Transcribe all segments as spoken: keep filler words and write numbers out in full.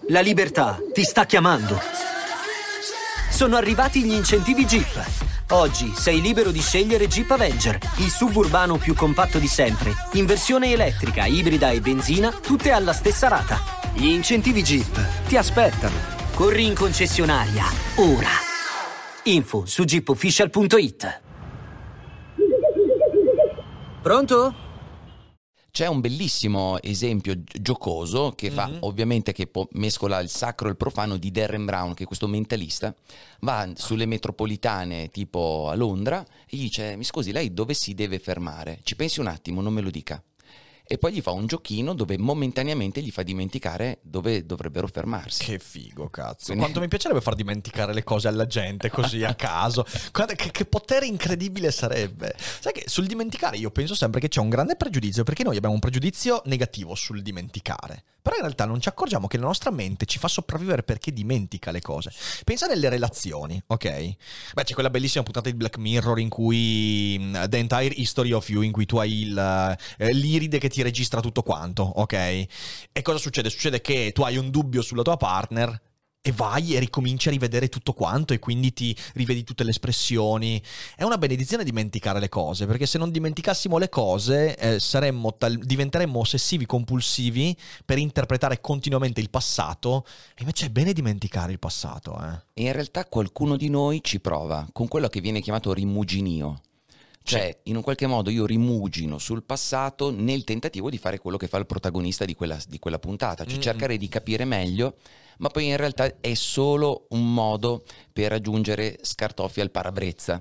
La libertà ti sta chiamando. Sono arrivati gli incentivi Jeep. Oggi sei libero di scegliere Jeep Avenger, il suburbano più compatto di sempre, in versione elettrica, ibrida e benzina, tutte alla stessa rata. Gli incentivi Jeep ti aspettano. Corri in concessionaria, ora. Info su jeep official punto it. Pronto? C'è un bellissimo esempio giocoso che fa, mm-hmm. ovviamente, che po- mescola il sacro e il profano, di Derren Brown, che è questo mentalista. Va sulle metropolitane tipo a Londra e gli dice: mi scusi, lei dove si deve fermare? Ci pensi un attimo, non me lo dica. E poi gli fa un giochino dove momentaneamente gli fa dimenticare dove dovrebbero fermarsi. Che figo, cazzo. Quindi... Quanto mi piacerebbe far dimenticare le cose alla gente così a caso. Guarda che, che potere incredibile sarebbe. Sai che sul dimenticare io penso sempre che c'è un grande pregiudizio, perché noi abbiamo un pregiudizio negativo sul dimenticare. Però in realtà non ci accorgiamo che la nostra mente ci fa sopravvivere perché dimentica le cose. Pensa nelle relazioni, ok? Beh, c'è quella bellissima puntata di Black Mirror in cui The Entire History of You, in cui tu hai il, eh, l'iride che ti registra tutto quanto, ok? E cosa succede? Succede che tu hai un dubbio sulla tua partner e vai e ricominci a rivedere tutto quanto e quindi ti rivedi tutte le espressioni. È una benedizione dimenticare le cose, perché se non dimenticassimo le cose eh, saremmo tal- diventeremmo ossessivi compulsivi per interpretare continuamente il passato, e invece è bene dimenticare il passato. Eh. E in realtà qualcuno di noi ci prova con quello che viene chiamato rimuginio. Cioè, in un qualche modo io rimugino sul passato nel tentativo di fare quello che fa il protagonista di quella, di quella puntata, cioè mm-hmm. cercare di capire meglio, ma poi in realtà è solo un modo per raggiungere scartoffie al parabrezza.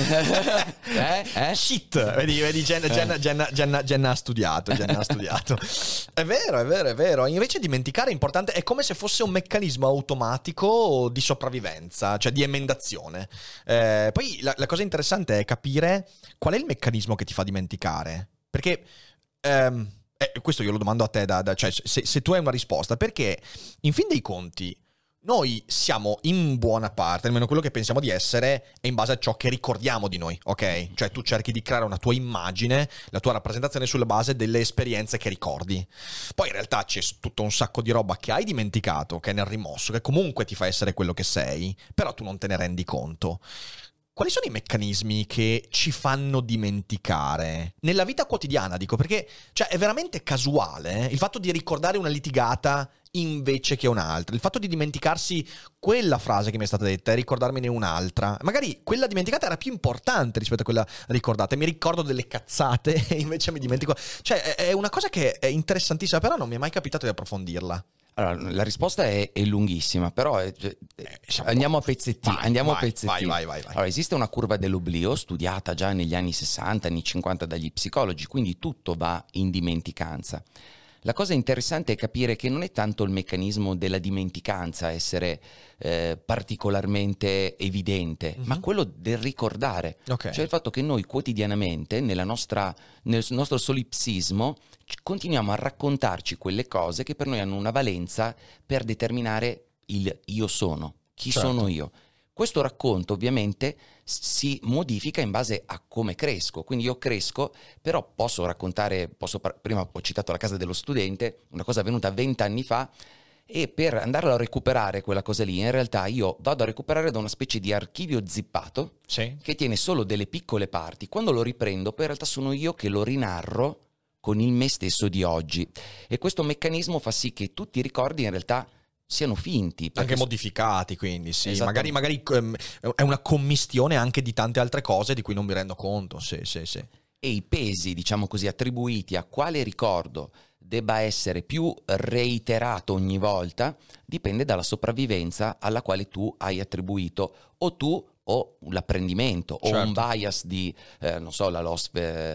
eh? Eh? Shit! Vedi, vedi Jenna, Jenna, Jenna, Jenna, Jenna ha studiato, Jenna ha studiato. È vero, è vero, è vero. Invece dimenticare è importante, è come se fosse un meccanismo automatico di sopravvivenza, cioè di emendazione. Eh, poi la, la cosa interessante è capire qual è il meccanismo che ti fa dimenticare. Perché... Ehm, Eh, questo io lo domando a te, da, da, cioè se, se tu hai una risposta, perché in fin dei conti noi siamo in buona parte, almeno quello che pensiamo di essere, è in base a ciò che ricordiamo di noi, ok? Cioè tu cerchi di creare una tua immagine, la tua rappresentazione sulla base delle esperienze che ricordi. Poi in realtà c'è tutto un sacco di roba che hai dimenticato, che è nel rimosso, che comunque ti fa essere quello che sei, però tu non te ne rendi conto. Quali sono i meccanismi che ci fanno dimenticare? Nella vita quotidiana, dico, perché cioè, è veramente casuale eh? il fatto di ricordare una litigata invece che un'altra, il fatto di dimenticarsi quella frase che mi è stata detta e ricordarmene un'altra. Magari quella dimenticata era più importante rispetto a quella ricordata, e mi ricordo delle cazzate e invece mi dimentico. Cioè è una cosa che è interessantissima, però non mi è mai capitato di approfondirla. Allora, la risposta è, è lunghissima, però è, eh, andiamo a pezzettini. Vai, andiamo vai, a pezzettini. Vai, vai, vai, vai. Allora, esiste una curva dell'oblio studiata già negli anni sessanta, anni cinquanta dagli psicologi, quindi tutto va in dimenticanza. La cosa interessante è capire che non è tanto il meccanismo della dimenticanza a essere eh, particolarmente evidente, mm-hmm. ma quello del ricordare. Okay. Cioè il fatto che noi quotidianamente, nella nostra, nel nostro solipsismo, continuiamo a raccontarci quelle cose che per noi hanno una valenza per determinare il io sono, chi certo. sono io. Questo racconto ovviamente si modifica in base a come cresco, quindi io cresco, però posso raccontare, posso, prima ho citato la casa dello studente, una cosa avvenuta vent'anni fa, e per andarla a recuperare quella cosa lì, in realtà io vado a recuperare da una specie di archivio zippato sì. che tiene solo delle piccole parti. Quando lo riprendo, poi in realtà sono io che lo rinarro con il me stesso di oggi, e questo meccanismo fa sì che tutti i ricordi in realtà siano finti, anche modificati, quindi sì, esatto. magari, magari um, è una commistione anche di tante altre cose di cui non mi rendo conto. Sì, sì, sì. E i pesi, diciamo così, attribuiti a quale ricordo debba essere più reiterato ogni volta dipende dalla sopravvivenza alla quale tu hai attribuito o tu o l'apprendimento, certo. o un bias di, eh, non so, la loss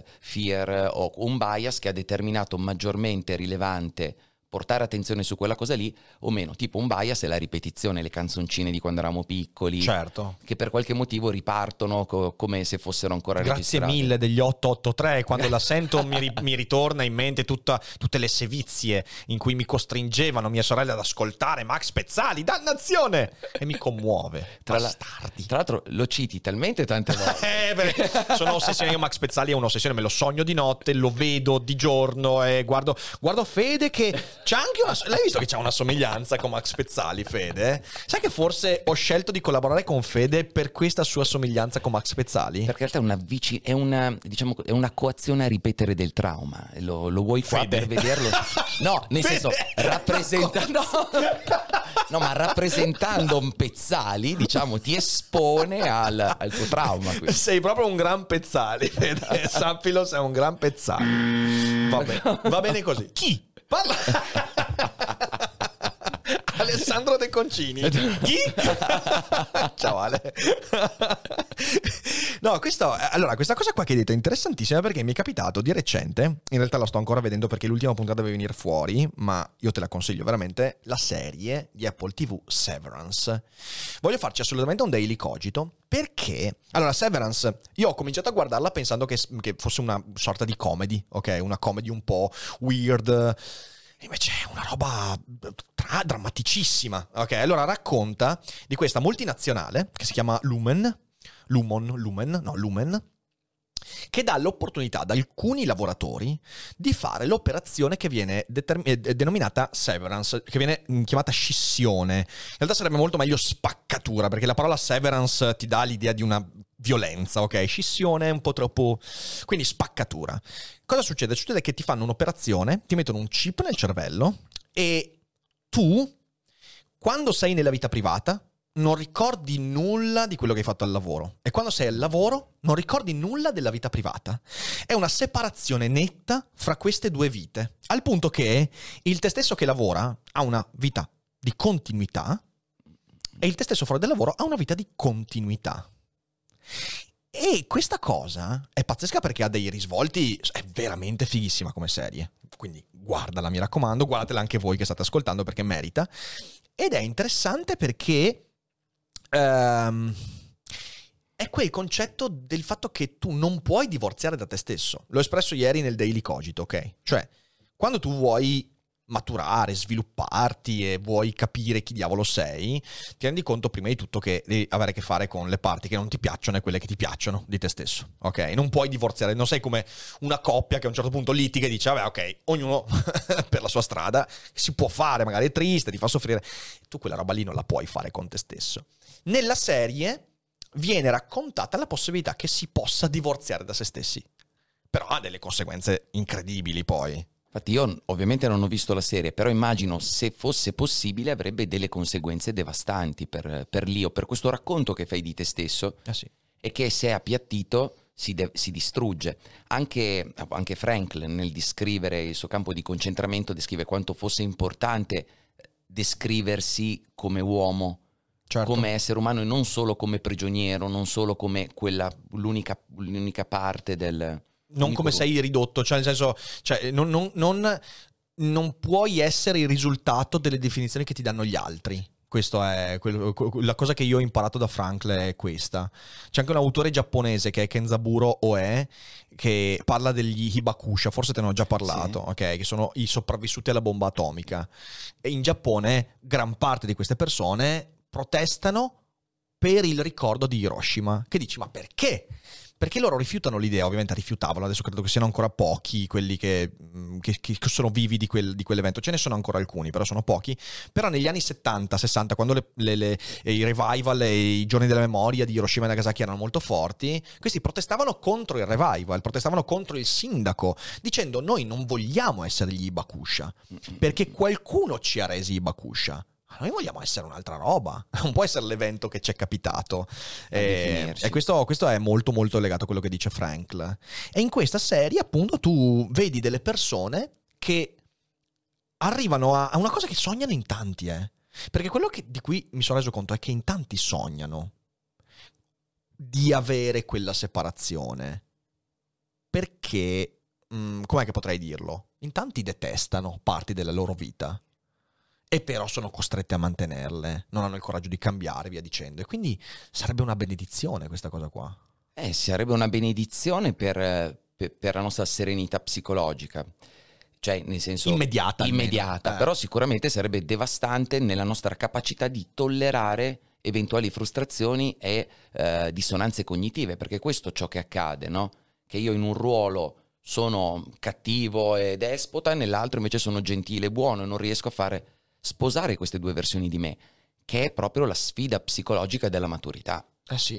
fear, o un bias che ha determinato maggiormente rilevante portare attenzione su quella cosa lì o meno. Tipo un bias è la ripetizione, le canzoncine di quando eravamo piccoli, certo. che per qualche motivo ripartono co- come se fossero ancora Grazie registrate. Grazie mille degli otto otto tre, quando la sento mi, ri- mi ritorna in mente tutta, tutte le sevizie in cui mi costringevano mia sorella ad ascoltare Max Pezzali, dannazione! E mi commuove. Tra, la, tra l'altro lo citi talmente tante volte. eh, beh, sono ossessione, io Max Pezzali è un'ossessione, me lo sogno di notte, lo vedo di giorno e guardo, guardo Fede che C'è anche una. L'hai visto che c'è una somiglianza con Max Pezzali, Fede? Sai che forse ho scelto di collaborare con Fede per questa sua somiglianza con Max Pezzali? Perché in realtà è una, vicin- è una, diciamo, è una coazione a ripetere del trauma. Lo, lo vuoi qua Fede. per vederlo? No, nel Fede. senso, rappresentando. No, ma rappresentando un Pezzali, diciamo, ti espone al, al tuo trauma. Quindi. Sei proprio un gran Pezzali, Fede. Sappilo, sei un gran Pezzali. Va bene, va bene così. Chi? Parla. Alessandro De Concini. Chi? Ciao Ale. No, questo, allora, questa cosa qua che hai detto è interessantissima perché mi è capitato di recente, in realtà la sto ancora vedendo perché l'ultima puntata deve venire fuori, ma io te la consiglio veramente, la serie di Apple tivù Severance. Voglio farci assolutamente un daily cogito perché, allora, Severance, io ho cominciato a guardarla pensando che, che fosse una sorta di comedy, ok? Una comedy un po' weird. Invece è una roba tra- drammaticissima, ok? Allora racconta di questa multinazionale che si chiama Lumen, Lumon, Lumen, no, Lumen, che dà l'opportunità ad alcuni lavoratori di fare l'operazione che viene determ- eh, denominata severance, che viene mh, chiamata scissione. In realtà sarebbe molto meglio spaccatura, perché la parola severance ti dà l'idea di una violenza, ok? Scissione è un po' troppo. Quindi spaccatura. Cosa succede? Succede che ti fanno un'operazione, ti mettono un chip nel cervello e tu, quando sei nella vita privata, non ricordi nulla di quello che hai fatto al lavoro. E quando sei al lavoro, non ricordi nulla della vita privata. È una separazione netta fra queste due vite. Al punto che il te stesso che lavora ha una vita di continuità e il te stesso fuori del lavoro ha una vita di continuità. E questa cosa è pazzesca perché ha dei risvolti, è veramente fighissima come serie. Quindi guardala, mi raccomando, guardatela anche voi che state ascoltando perché merita. Ed è interessante perché um, è quel concetto del fatto che tu non puoi divorziare da te stesso. L'ho espresso ieri nel Daily Cogito, ok? Cioè, quando tu vuoi maturare, svilupparti e vuoi capire chi diavolo sei, ti rendi conto prima di tutto che devi avere a che fare con le parti che non ti piacciono e quelle che ti piacciono di te stesso, ok? Non puoi divorziare, non sei come una coppia che a un certo punto litiga e dice vabbè ok, ognuno per la sua strada, si può fare, magari è triste, ti fa soffrire, tu quella roba lì non la puoi fare con te stesso. Nella serie viene raccontata la possibilità che si possa divorziare da se stessi, però ha delle conseguenze incredibili poi. Infatti io ovviamente non ho visto la serie, però immagino se fosse possibile avrebbe delle conseguenze devastanti per, per Leo, per questo racconto che fai di te stesso, Ah, sì. e che se è appiattito si, de- si distrugge. Anche, anche Frankl nel descrivere il suo campo di concentramento descrive quanto fosse importante descriversi come uomo, Certo. come essere umano e non solo come prigioniero, non solo come quella l'unica, l'unica parte del... Non come sei ridotto, cioè nel senso, cioè, non, non, non, non puoi essere il risultato delle definizioni che ti danno gli altri. Questo è quello, la cosa che io ho imparato da Frankl è questa. C'è anche un autore giapponese che è Kenzaburo Oe che parla degli hibakusha, forse te ne ho già parlato, sì. Ok? Che sono i sopravvissuti alla bomba atomica. E in Giappone gran parte di queste persone protestano per il ricordo di Hiroshima. Che dici, ma perché? Perché loro rifiutano l'idea, ovviamente rifiutavano, adesso credo che siano ancora pochi quelli che, che, che sono vivi di, quel, di quell'evento, ce ne sono ancora alcuni, però sono pochi, però negli anni settanta sessanta, quando le, le, le, i revival e i giorni della memoria di Hiroshima e Nagasaki erano molto forti, questi protestavano contro il revival, protestavano contro il sindaco, dicendo noi non vogliamo essere gli Hibakusha, perché qualcuno ci ha resi Hibakusha. Noi vogliamo essere un'altra roba, non può essere l'evento che ci è capitato. E, e questo, questo è molto molto legato a quello che dice Frankl. E in questa serie appunto tu vedi delle persone che arrivano a, a una cosa che sognano in tanti, eh. Perché quello che, di cui mi sono reso conto è che in tanti sognano di avere quella separazione. Perché, mh, com'è che potrei dirlo? In tanti detestano parti della loro vita. E però sono costrette a mantenerle, non hanno il coraggio di cambiare, via dicendo. E quindi sarebbe una benedizione questa cosa qua. Eh, sarebbe una benedizione per, per, per la nostra serenità psicologica. Cioè, nel senso... Immediata. Immediata, eh. Però sicuramente sarebbe devastante nella nostra capacità di tollerare eventuali frustrazioni e eh, dissonanze cognitive, perché questo è ciò che accade, no? Che io in un ruolo sono cattivo e despota, nell'altro invece sono gentile e buono, e non riesco a fare sposare queste due versioni di me, che è proprio la sfida psicologica della maturità. Eh sì.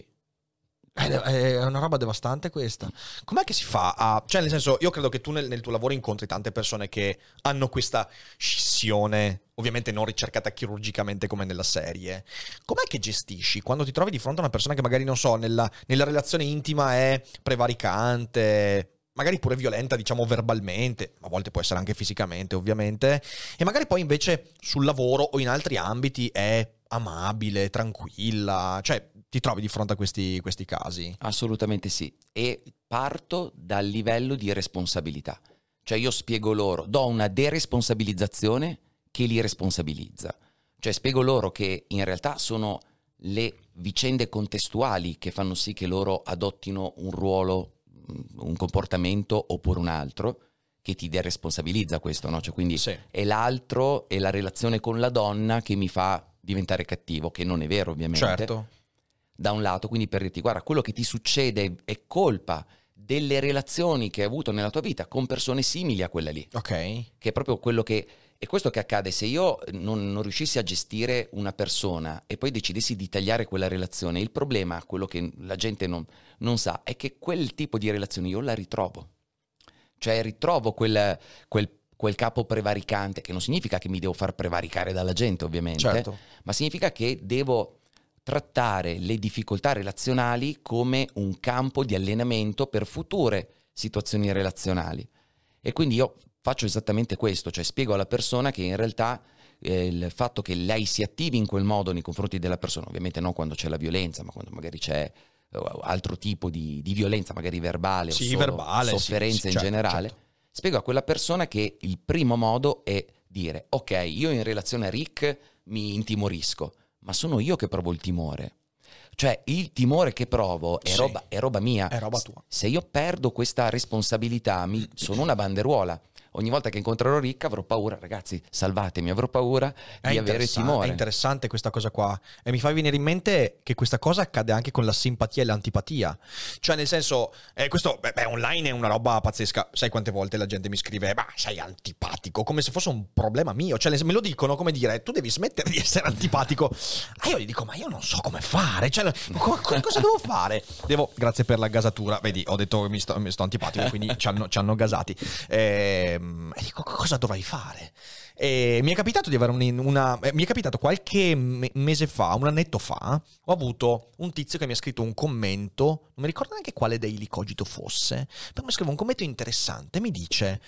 È una roba devastante questa. Com'è che si fa a... Cioè, nel senso, io credo che tu nel, nel tuo lavoro incontri tante persone che hanno questa scissione, ovviamente non ricercata chirurgicamente come nella serie. Com'è che gestisci quando ti trovi di fronte a una persona che magari, non so, nella, nella relazione intima è prevaricante, magari pure violenta, diciamo, verbalmente, a volte può essere anche fisicamente, ovviamente, e magari poi invece sul lavoro o in altri ambiti è amabile, tranquilla, cioè ti trovi di fronte a questi, questi casi? Assolutamente sì, e parto dal livello di responsabilità, cioè io spiego loro, do una deresponsabilizzazione che li responsabilizza, cioè spiego loro che in realtà sono le vicende contestuali che fanno sì che loro adottino un ruolo, un comportamento oppure un altro, che ti deresponsabilizza questo, no? Cioè, quindi Sì. è l'altro, è la relazione con la donna che mi fa diventare cattivo, che non è vero ovviamente. Certo. Da un lato, quindi per dirti, guarda, quello che ti succede è colpa delle relazioni che hai avuto nella tua vita con persone simili a quella lì. Ok. Che è proprio quello che... È questo che accade se io non, non riuscissi a gestire una persona e poi decidessi di tagliare quella relazione. Il problema, quello che la gente non, non sa, è che quel tipo di relazione io la ritrovo. Cioè ritrovo quel, quel, quel capo prevaricante, che non significa che mi devo far prevaricare dalla gente ovviamente, Certo. ma significa che devo trattare le difficoltà relazionali come un campo di allenamento per future situazioni relazionali. E quindi io faccio esattamente questo, cioè spiego alla persona che in realtà eh, il fatto che lei si attivi in quel modo nei confronti della persona, ovviamente non quando c'è la violenza, ma quando magari c'è uh, altro tipo di, di violenza, magari verbale Sì, o solo verbale, sofferenza sì, sì, in certo, generale, certo. Spiego a quella persona che il primo modo è dire: ok, io in relazione a Rick mi intimorisco, ma sono io che provo il timore. Cioè il timore che provo è, Sì. roba, è roba mia. È roba tua. Se io perdo questa responsabilità, mi, sono una banderuola. Ogni volta che incontrerò Rick avrò paura, ragazzi, salvatemi, avrò paura È di avere interessa- timore. È interessante questa cosa qua, e mi fa venire in mente che questa cosa accade anche con la simpatia e l'antipatia. Cioè, nel senso, eh, questo beh, beh, online è una roba pazzesca. Sai quante volte la gente mi scrive: ma sei antipatico, come se fosse un problema mio. Cioè, me lo dicono come dire: tu devi smettere di essere antipatico. Ah, io gli dico: ma io non so come fare. Cioè, co- co- cosa devo fare? Devo, grazie per la gasatura. Vedi, ho detto che mi sto, mi sto antipatico, quindi ci hanno, ci hanno gasati. Ehm E dico: cosa dovrei fare? E mi è capitato di avere un, una. Mi è capitato qualche mese fa, un annetto fa, ho avuto un tizio che mi ha scritto un commento, non mi ricordo neanche quale Daily Cogito fosse, però mi scrive un commento interessante. Mi dice,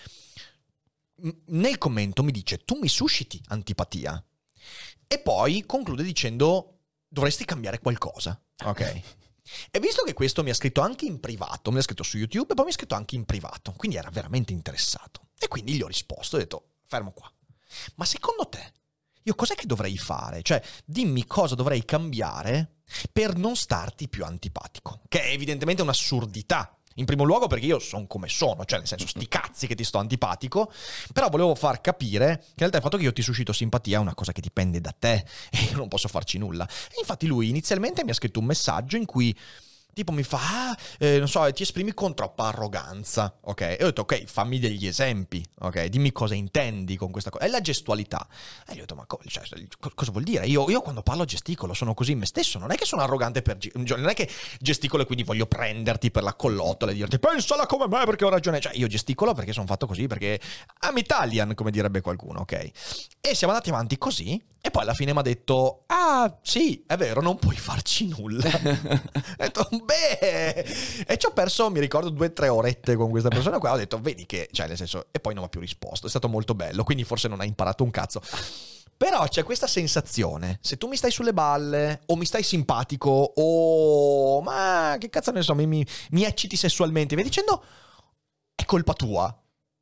nel commento mi dice: tu mi susciti antipatia. E poi conclude dicendo: dovresti cambiare qualcosa. Ok. E visto che questo mi ha scritto anche in privato, mi ha scritto su YouTube e poi mi ha scritto anche in privato, quindi era veramente interessato. E quindi gli ho risposto, ho detto: fermo qua. Ma secondo te, io cos'è che dovrei fare? Cioè, dimmi cosa dovrei cambiare per non starti più antipatico. Che è evidentemente un'assurdità. In primo luogo perché io sono come sono, cioè nel senso, sti cazzi che ti sto antipatico, però volevo far capire che in realtà il fatto che io ti suscito simpatia è una cosa che dipende da te e io non posso farci nulla. E infatti lui inizialmente mi ha scritto un messaggio in cui tipo mi fa, ah, eh, non so, ti esprimi con troppa arroganza, ok? E ho detto: ok, fammi degli esempi, ok? Dimmi cosa intendi con questa cosa. È la gestualità. E gli ho detto: ma co- cioè, cosa vuol dire? Io, io quando parlo gesticolo, sono così in me stesso, non è che sono arrogante per... Ge- non è che gesticolo e quindi voglio prenderti per la collottola e dirti: pensala come me perché ho ragione. Cioè, io gesticolo perché sono fatto così, perché I'm Italian, come direbbe qualcuno, ok? E siamo andati avanti così, e poi alla fine mi ha detto: ah, sì, è vero, non puoi farci nulla. Ho detto: beh, e ci ho perso, mi ricordo, due o tre orette con questa persona qua. Ho detto: vedi che, cioè, nel senso, e poi non mi ha più risposto. È stato molto bello, quindi forse non ha imparato un cazzo. Però c'è questa sensazione: se tu mi stai sulle balle, o mi stai simpatico, o ma che cazzo ne so, mi, mi, mi ecciti sessualmente, via dicendo, è colpa tua.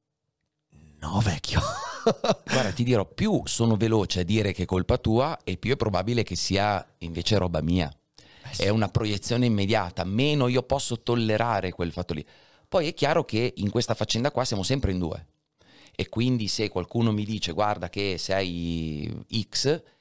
No, vecchio. Guarda, ti dirò, più sono veloce a dire che è colpa tua e più è probabile che sia invece roba mia. È una proiezione immediata, meno io posso tollerare quel fatto lì. Poi è chiaro che in questa faccenda qua siamo sempre in due, e quindi se qualcuno mi dice: guarda che sei X,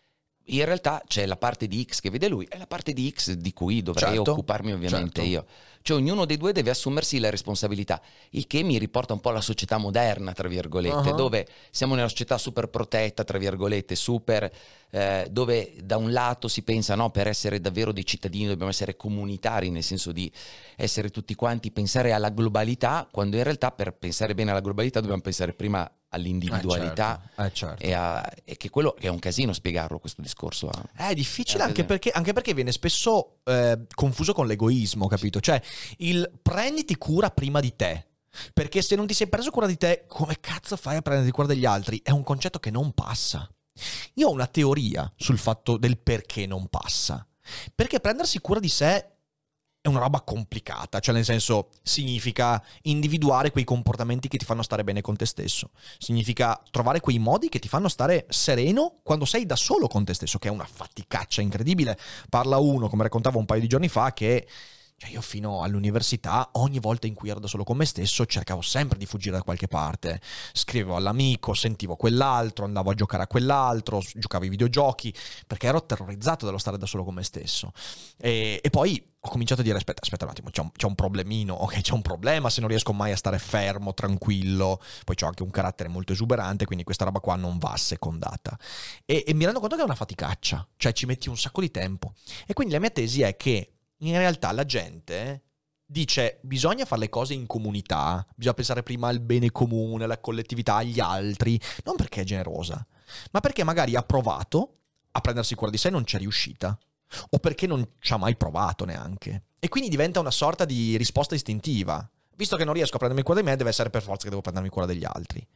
in realtà c'è la parte di X che vede lui e la parte di X di cui dovrei certo, occuparmi ovviamente certo. io. Cioè ognuno dei due deve assumersi la responsabilità, il che mi riporta un po' alla società moderna, tra virgolette, Uh-huh. dove siamo nella società super protetta, tra virgolette, super, eh, dove da un lato si pensa, no, per essere davvero dei cittadini dobbiamo essere comunitari, nel senso di essere tutti quanti, pensare alla globalità, quando in realtà per pensare bene alla globalità dobbiamo pensare prima all'individualità Eh, certo, eh, certo. e, a, e che quello che è un casino spiegarlo questo discorso. È difficile Eh, anche sì. perché, anche perché viene spesso eh, confuso con l'egoismo, capito? Cioè, il prenditi cura prima di te. Perché se non ti sei preso cura di te, come cazzo fai a prenderti cura degli altri? È un concetto che non passa. Io ho una teoria sul fatto del perché non passa. Perché prendersi cura di sé è una roba complicata, cioè nel senso significa individuare quei comportamenti che ti fanno stare bene con te stesso, significa trovare quei modi che ti fanno stare sereno quando sei da solo con te stesso, che è una faticaccia incredibile. Parla uno, come raccontavo un paio di giorni fa, che cioè io fino all'università ogni volta in cui ero da solo con me stesso cercavo sempre di fuggire da qualche parte, scrivevo all'amico, sentivo quell'altro, andavo a giocare a quell'altro, giocavo ai videogiochi, perché ero terrorizzato dallo stare da solo con me stesso. E, e poi ho cominciato a dire aspetta, aspetta un attimo, c'è un, c'è un problemino, ok, c'è un problema se non riesco mai a stare fermo, tranquillo, poi c'ho anche un carattere molto esuberante, quindi questa roba qua non va assecondata. E, e mi rendo conto che è una faticaccia, cioè ci metti un sacco di tempo. E quindi la mia tesi è che in realtà la gente dice bisogna fare le cose in comunità, bisogna pensare prima al bene comune, alla collettività, agli altri, non perché è generosa, ma perché magari ha provato a prendersi cura di sé e non c'è riuscita, o perché non ci ha mai provato neanche. E quindi diventa una sorta di risposta istintiva. Visto che non riesco a prendermi cura di me, deve essere per forza che devo prendermi cura degli altri.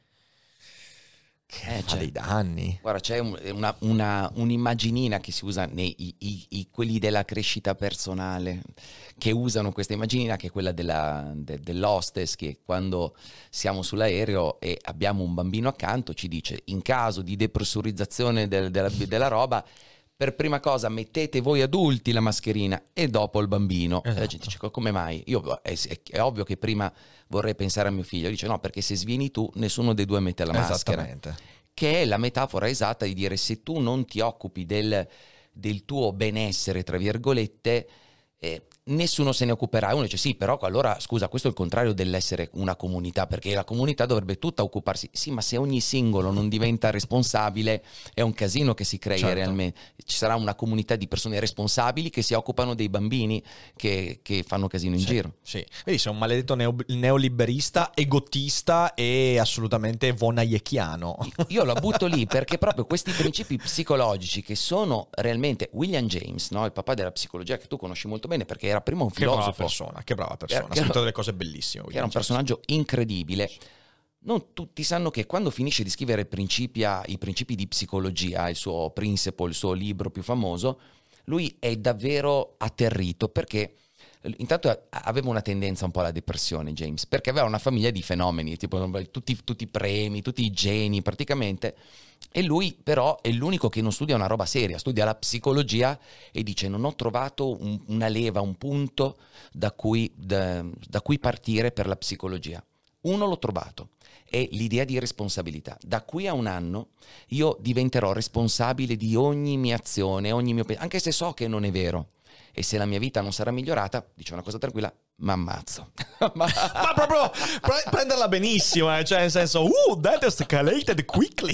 Che Eh, fa c'è. dei danni. Guarda, c'è un- una, una, un'immaginina che si usa nei i, i- i- quelli della crescita personale, che usano questa immaginina, che è quella della, de- dell'hostess, che quando siamo sull'aereo e abbiamo un bambino accanto ci dice: in caso di depressurizzazione del- della, della roba, per prima cosa mettete voi adulti la mascherina e dopo il bambino. E la gente dice: come mai? Io, è, è- è ovvio che prima vorrei pensare a mio figlio. Dice: no, perché se svieni tu nessuno dei due mette la maschera. Esattamente. Che è la metafora esatta di dire: se tu non ti occupi del, del tuo benessere, tra virgolette, eh, nessuno se ne occuperà. Uno dice: sì, però allora scusa, questo è il contrario dell'essere una comunità, perché la comunità dovrebbe tutta occuparsi. Sì, ma se ogni singolo non diventa responsabile è un casino che si crei. Certo. Realmente ci sarà una comunità di persone responsabili che si occupano dei bambini che, che fanno casino in Sì, giro. sì. Vedi, sei un maledetto neo- neoliberista, egotista e assolutamente von hayekiano. Io la butto lì perché proprio questi principi psicologici che sono realmente William James, no? Il papà della psicologia, che tu conosci molto bene perché era prima un Che brava filosofo, persona, che brava persona. Che Ha scritto era- delle cose bellissime. che era un personaggio incredibile. Non tutti sanno che quando finisce di scrivere Principia, i principi di psicologia, il suo Principle, il suo libro più famoso, lui è davvero atterrito perché intanto aveva una tendenza un po' alla depressione, James, perché aveva una famiglia di fenomeni, tipo tutti, tutti i premi, tutti i geni praticamente, e lui però è l'unico che non studia una roba seria, studia la psicologia e dice: non ho trovato un- una leva, un punto da cui, da, da cui partire per la psicologia. Uno l'ho trovato, è l'idea di responsabilità. Da qui a un anno io diventerò responsabile di ogni mia azione, ogni mio pensiero, anche se so che non è vero. E se la mia vita non sarà migliorata, dice una cosa tranquilla, mi ammazzo. Ma Ma proprio pre- prenderla benissimo, eh? Cioè nel senso, uh, that escalated quickly.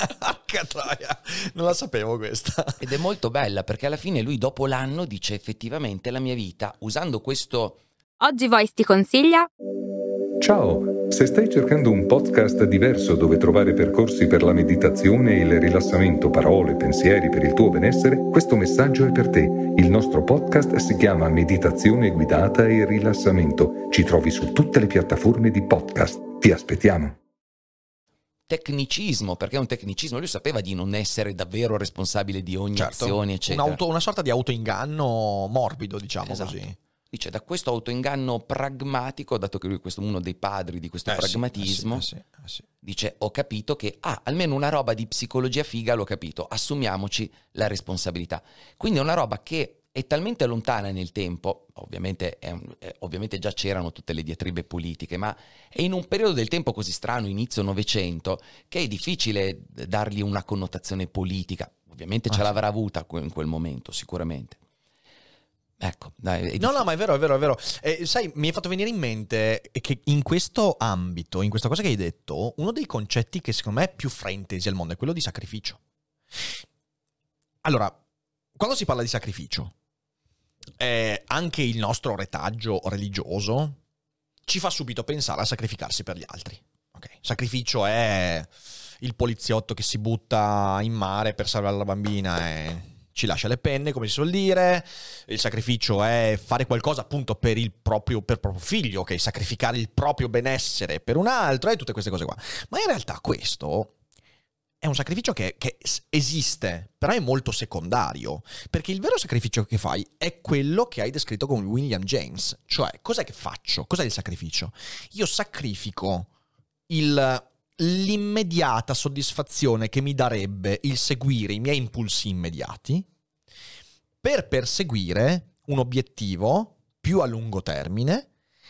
Che troia, non la sapevo questa. Ed è molto bella perché alla fine lui dopo l'anno dice: effettivamente la mia vita, usando questo... Oggi Voice ti consiglia Ciao, se stai cercando un podcast diverso dove trovare percorsi per la meditazione e il rilassamento, parole, pensieri per il tuo benessere, questo messaggio è per te. Il nostro podcast si chiama Meditazione guidata e rilassamento. Ci trovi su tutte le piattaforme di podcast. Ti aspettiamo. tecnicismo, perché è un tecnicismo, lui sapeva di non essere davvero responsabile di ogni Certo, azione, eccetera. un auto- una sorta di autoinganno morbido, diciamo Esatto. così. Dice: da questo autoinganno pragmatico, dato che lui è questo, uno dei padri di questo Eh sì, pragmatismo, eh sì, eh sì, eh sì. dice: ho capito che, ah, almeno una roba di psicologia figa l'ho capito, assumiamoci la responsabilità. Quindi è una roba che è talmente lontana nel tempo, ovviamente, è un- eh, ovviamente già c'erano tutte le diatribe politiche, ma è in un periodo del tempo così strano, inizio Novecento, che è difficile dargli una connotazione politica. ovviamente ah, ce sì. l'avrà avuta in quel momento, sicuramente. Ecco, dai, no, no, ma è vero, è vero, è vero. Eh, sai, mi hai fatto venire in mente che in questo ambito, in questa cosa che hai detto, uno dei concetti che secondo me è più fraintesi al mondo è quello di sacrificio. Allora, quando si parla di sacrificio, eh, anche il nostro retaggio religioso ci fa subito pensare a sacrificarsi per gli altri. Okay. Sacrificio è il poliziotto che si butta in mare per salvare la bambina e ci lascia le penne, come si suol dire. Il sacrificio è fare qualcosa appunto per il proprio, per il proprio figlio, ok? Sacrificare il proprio benessere per un altro e tutte queste cose qua. Ma in realtà questo è un sacrificio che, che esiste, però è molto secondario, perché il vero sacrificio che fai è quello che hai descritto con William James. Cioè, cos'è che faccio? Cos'è il sacrificio? Io sacrifico il... l'immediata soddisfazione che mi darebbe il seguire i miei impulsi immediati per perseguire un obiettivo più a lungo termine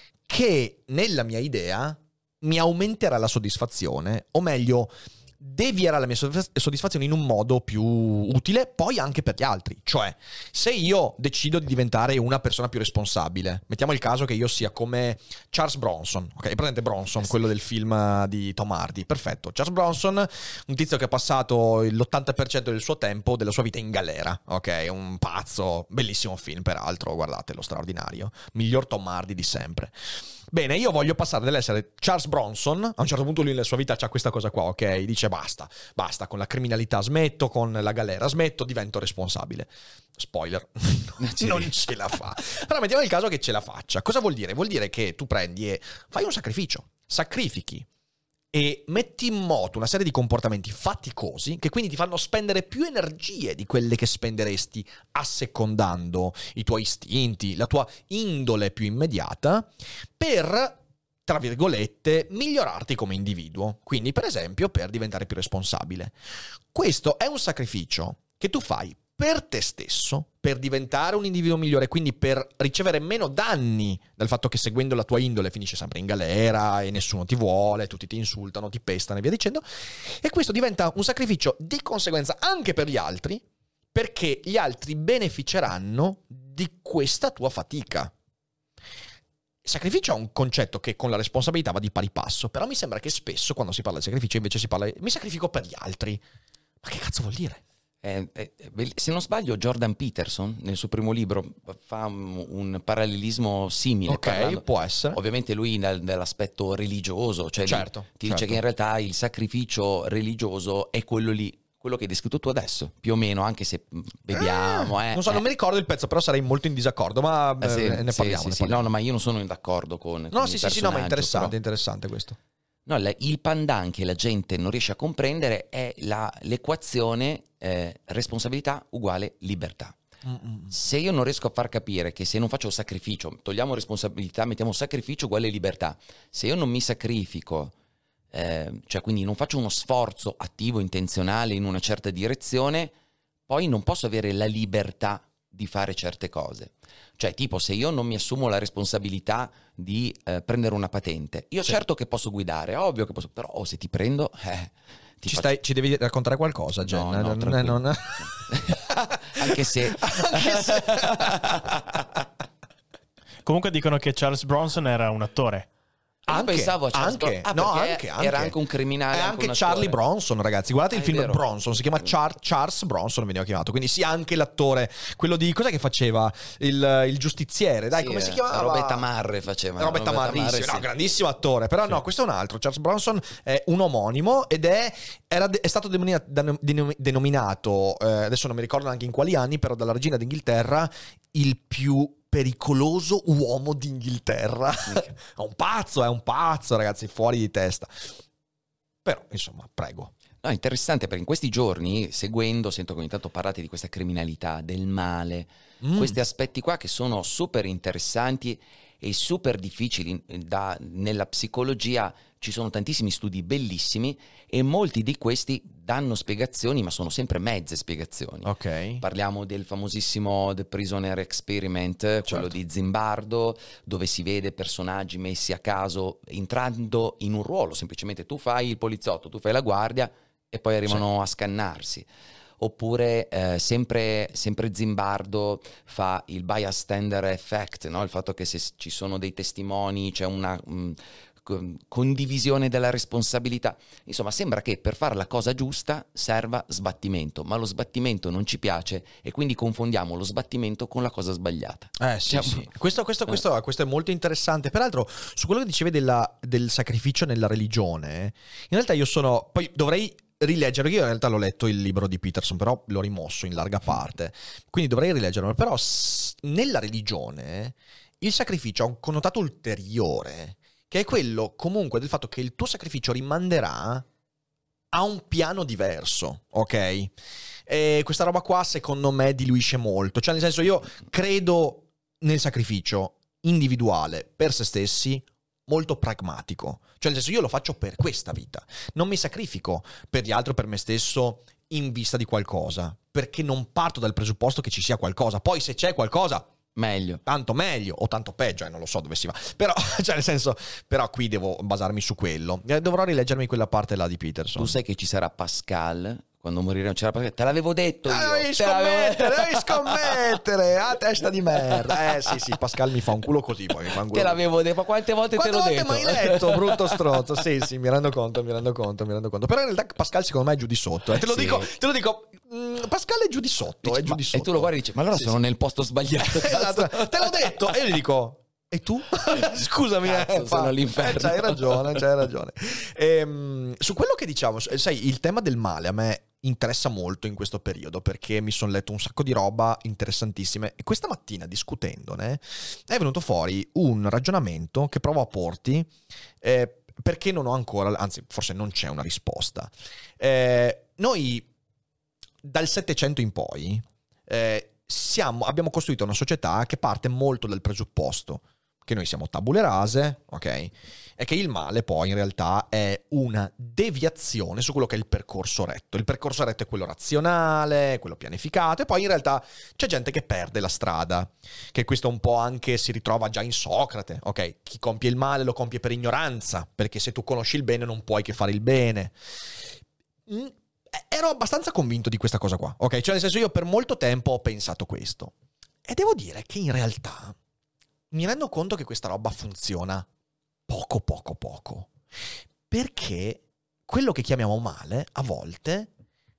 che nella mia idea mi aumenterà la soddisfazione, o meglio devierà la mia soddisfazione in un modo più utile poi anche per gli altri. Cioè, se io decido di diventare una persona più responsabile, mettiamo il caso che io sia come Charles Bronson, ok? È presente Bronson, quello del film di Tom Hardy, perfetto. Charles Bronson, un tizio che ha passato l'ottanta per cento del suo tempo, della sua vita in galera, ok? Un pazzo, bellissimo film peraltro, guardatelo, straordinario, miglior Tom Hardy di sempre. Bene, io voglio passare dall'essere Charles Bronson, a un certo punto lui nella sua vita c'ha questa cosa qua, ok? Dice basta, basta, con la criminalità smetto, con la galera smetto, divento responsabile. Spoiler, non ce la fa. Però mettiamo il caso che ce la faccia. Cosa vuol dire? Vuol dire che tu prendi e fai un sacrificio, sacrifichi e metti in moto una serie di comportamenti faticosi che quindi ti fanno spendere più energie di quelle che spenderesti assecondando i tuoi istinti, la tua indole più immediata, per, tra virgolette, migliorarti come individuo. Quindi, per esempio, per diventare più responsabile. Questo è un sacrificio che tu fai per te stesso, per diventare un individuo migliore, quindi per ricevere meno danni dal fatto che seguendo la tua indole finisci sempre in galera e nessuno ti vuole, tutti ti insultano, ti pestano e via dicendo. E questo diventa un sacrificio di conseguenza anche per gli altri, perché gli altri beneficeranno di questa tua fatica. Il sacrificio è un concetto che con la responsabilità va di pari passo, però mi sembra che spesso quando si parla di sacrificio invece si parla di mi sacrifico per gli altri. Ma che cazzo vuol dire? Eh, eh, se non sbaglio, Jordan Peterson nel suo primo libro fa un, un parallelismo simile. Ok, parlando, può essere. Ovviamente lui nel, nell'aspetto religioso, cioè certo, lì, ti certo. dice che in realtà il sacrificio religioso è quello lì, quello che hai descritto tu adesso, più o meno, anche se vediamo. Eh, non so, eh. non mi ricordo il pezzo, però sarei molto in disaccordo, ma eh, sì, eh, ne parliamo. sì, ne sì, parliamo. No, no, ma io non sono d'accordo con. No, con sì, il sì, sì, no, ma è personaggio, interessante, però. interessante questo. No, il pandan che la gente non riesce a comprendere è la, l'equazione eh, responsabilità uguale libertà. Mm-mm. Se io non riesco a far capire che se non faccio sacrificio, togliamo responsabilità, mettiamo sacrificio uguale libertà, se io non mi sacrifico, eh, cioè quindi non faccio uno sforzo attivo, intenzionale in una certa direzione, poi non posso avere la libertà di fare certe cose. Cioè, tipo, se io non mi assumo la responsabilità di eh, prendere una patente, io sì. certo che posso guidare, ovvio che posso, però oh, se ti prendo, eh, ti ci, faccio... stai, ci devi raccontare qualcosa, Jenna? No, no, non, non... Anche se... Anche se... Comunque dicono che Charles Bronson era un attore. Anche, pensavo a Charles anche, Bron- ah, no, anche, anche, era anche. anche un criminale. È anche, anche un Charlie attore. Bronson, ragazzi. Guardate ah, il film vero. Bronson, si chiama Char- Charles Bronson, veniva chiamato. Quindi sì, anche l'attore, quello di cos'è che faceva? Il, il giustiziere, dai, sì, come si chiamava? Robetta Marre faceva. Robetta Marre, sì. No, grandissimo attore. Però sì. no, questo è un altro. Charles Bronson è un omonimo ed è, era, è stato denominato, denominato eh, adesso non mi ricordo neanche in quali anni, però dalla regina d'Inghilterra il più pericoloso uomo d'Inghilterra. È un pazzo, è un pazzo, ragazzi, fuori di testa. Però, insomma, prego. No, interessante perché in questi giorni, seguendo, sento che ogni tanto parlate di questa criminalità, del male, mm. questi aspetti qua che sono super interessanti e super difficili. Da, nella psicologia ci sono tantissimi studi bellissimi e molti di questi danno spiegazioni, ma sono sempre mezze spiegazioni. Ok. Parliamo del famosissimo The Prisoner Experiment, certo. quello di Zimbardo, dove si vede personaggi messi a caso entrando in un ruolo. Semplicemente tu fai il poliziotto, tu fai la guardia e poi arrivano sì. a scannarsi. Oppure eh, sempre, sempre Zimbardo fa il bystander effect, no? Il fatto che se ci sono dei testimoni c'è una mh, condivisione della responsabilità. Insomma, sembra che per fare la cosa giusta serva sbattimento, ma lo sbattimento non ci piace e quindi confondiamo lo sbattimento con la cosa sbagliata. Eh sì, Cioè, sì. Questo, questo, questo, questo è molto interessante. Peraltro, su quello che dicevi della, del sacrificio nella religione, in realtà io sono... Poi dovrei rileggere, io in realtà l'ho letto il libro di Peterson, però l'ho rimosso in larga parte, quindi dovrei rileggerlo. Però s- nella religione il sacrificio ha un connotato ulteriore, che è quello comunque del fatto che il tuo sacrificio rimanderà a un piano diverso, ok? E questa roba qua secondo me diluisce molto, cioè nel senso, io credo nel sacrificio individuale per se stessi molto pragmatico, cioè nel senso, io lo faccio per questa vita, non mi sacrifico per gli altri o per me stesso in vista di qualcosa, perché non parto dal presupposto che ci sia qualcosa. Poi se c'è qualcosa, meglio, tanto meglio o tanto peggio, eh, non lo so dove si va, però cioè nel senso, però qui devo basarmi su quello, eh, dovrò rileggermi quella parte là di Peterson. tu sai che ci sarà Pascal quando morirà, c'era Pascal, te l'avevo detto io, Ah, devi te l'avevo- scommettere, devi scommettere, a testa di merda. Eh sì sì, Pascal mi fa un culo così, poi mi fa un culo te così. l'avevo detto, ma quante volte Quante te l'ho volte detto? mi hai letto, brutto stronzo? Sì, sì, mi rendo conto, mi rendo conto, mi rendo conto. Però in realtà Pascal secondo me è giù di sotto. Eh. Te lo Sì. dico, te lo dico. mm, Pascal è giù di sotto, Dici, è giù ma- di e sotto. tu lo guardi e dici, ma allora Sì, sono sì. nel posto sbagliato. Esatto, cazzo. te l'ho detto. E io gli dico, e tu? Scusami, Cazzo, eh, sono fa- all'inferno. eh, c'hai ragione, c'hai ragione. Ehm, su quello che diciamo, sai, il tema del male a me interessa molto in questo periodo, perché mi sono letto un sacco di roba interessantissime e questa mattina discutendone è venuto fuori un ragionamento che provo a porti, eh, perché non ho ancora, anzi forse non c'è una risposta. Eh, noi dal Settecento in poi eh, siamo, abbiamo costruito una società che parte molto dal presupposto che noi siamo tabule rase, ok? E che il male poi in realtà è una deviazione su quello che è il percorso retto. Il percorso retto è quello razionale, quello pianificato, e poi in realtà c'è gente che perde la strada, che questo un po' anche si ritrova già in Socrate, ok? Chi compie il male lo compie per ignoranza, perché se tu conosci il bene non puoi che fare il bene. Mm, ero abbastanza convinto di questa cosa qua, ok? Cioè nel senso, io per molto tempo ho pensato questo. E devo dire che in realtà mi rendo conto che questa roba funziona poco, poco, poco. Perché quello che chiamiamo male, a volte,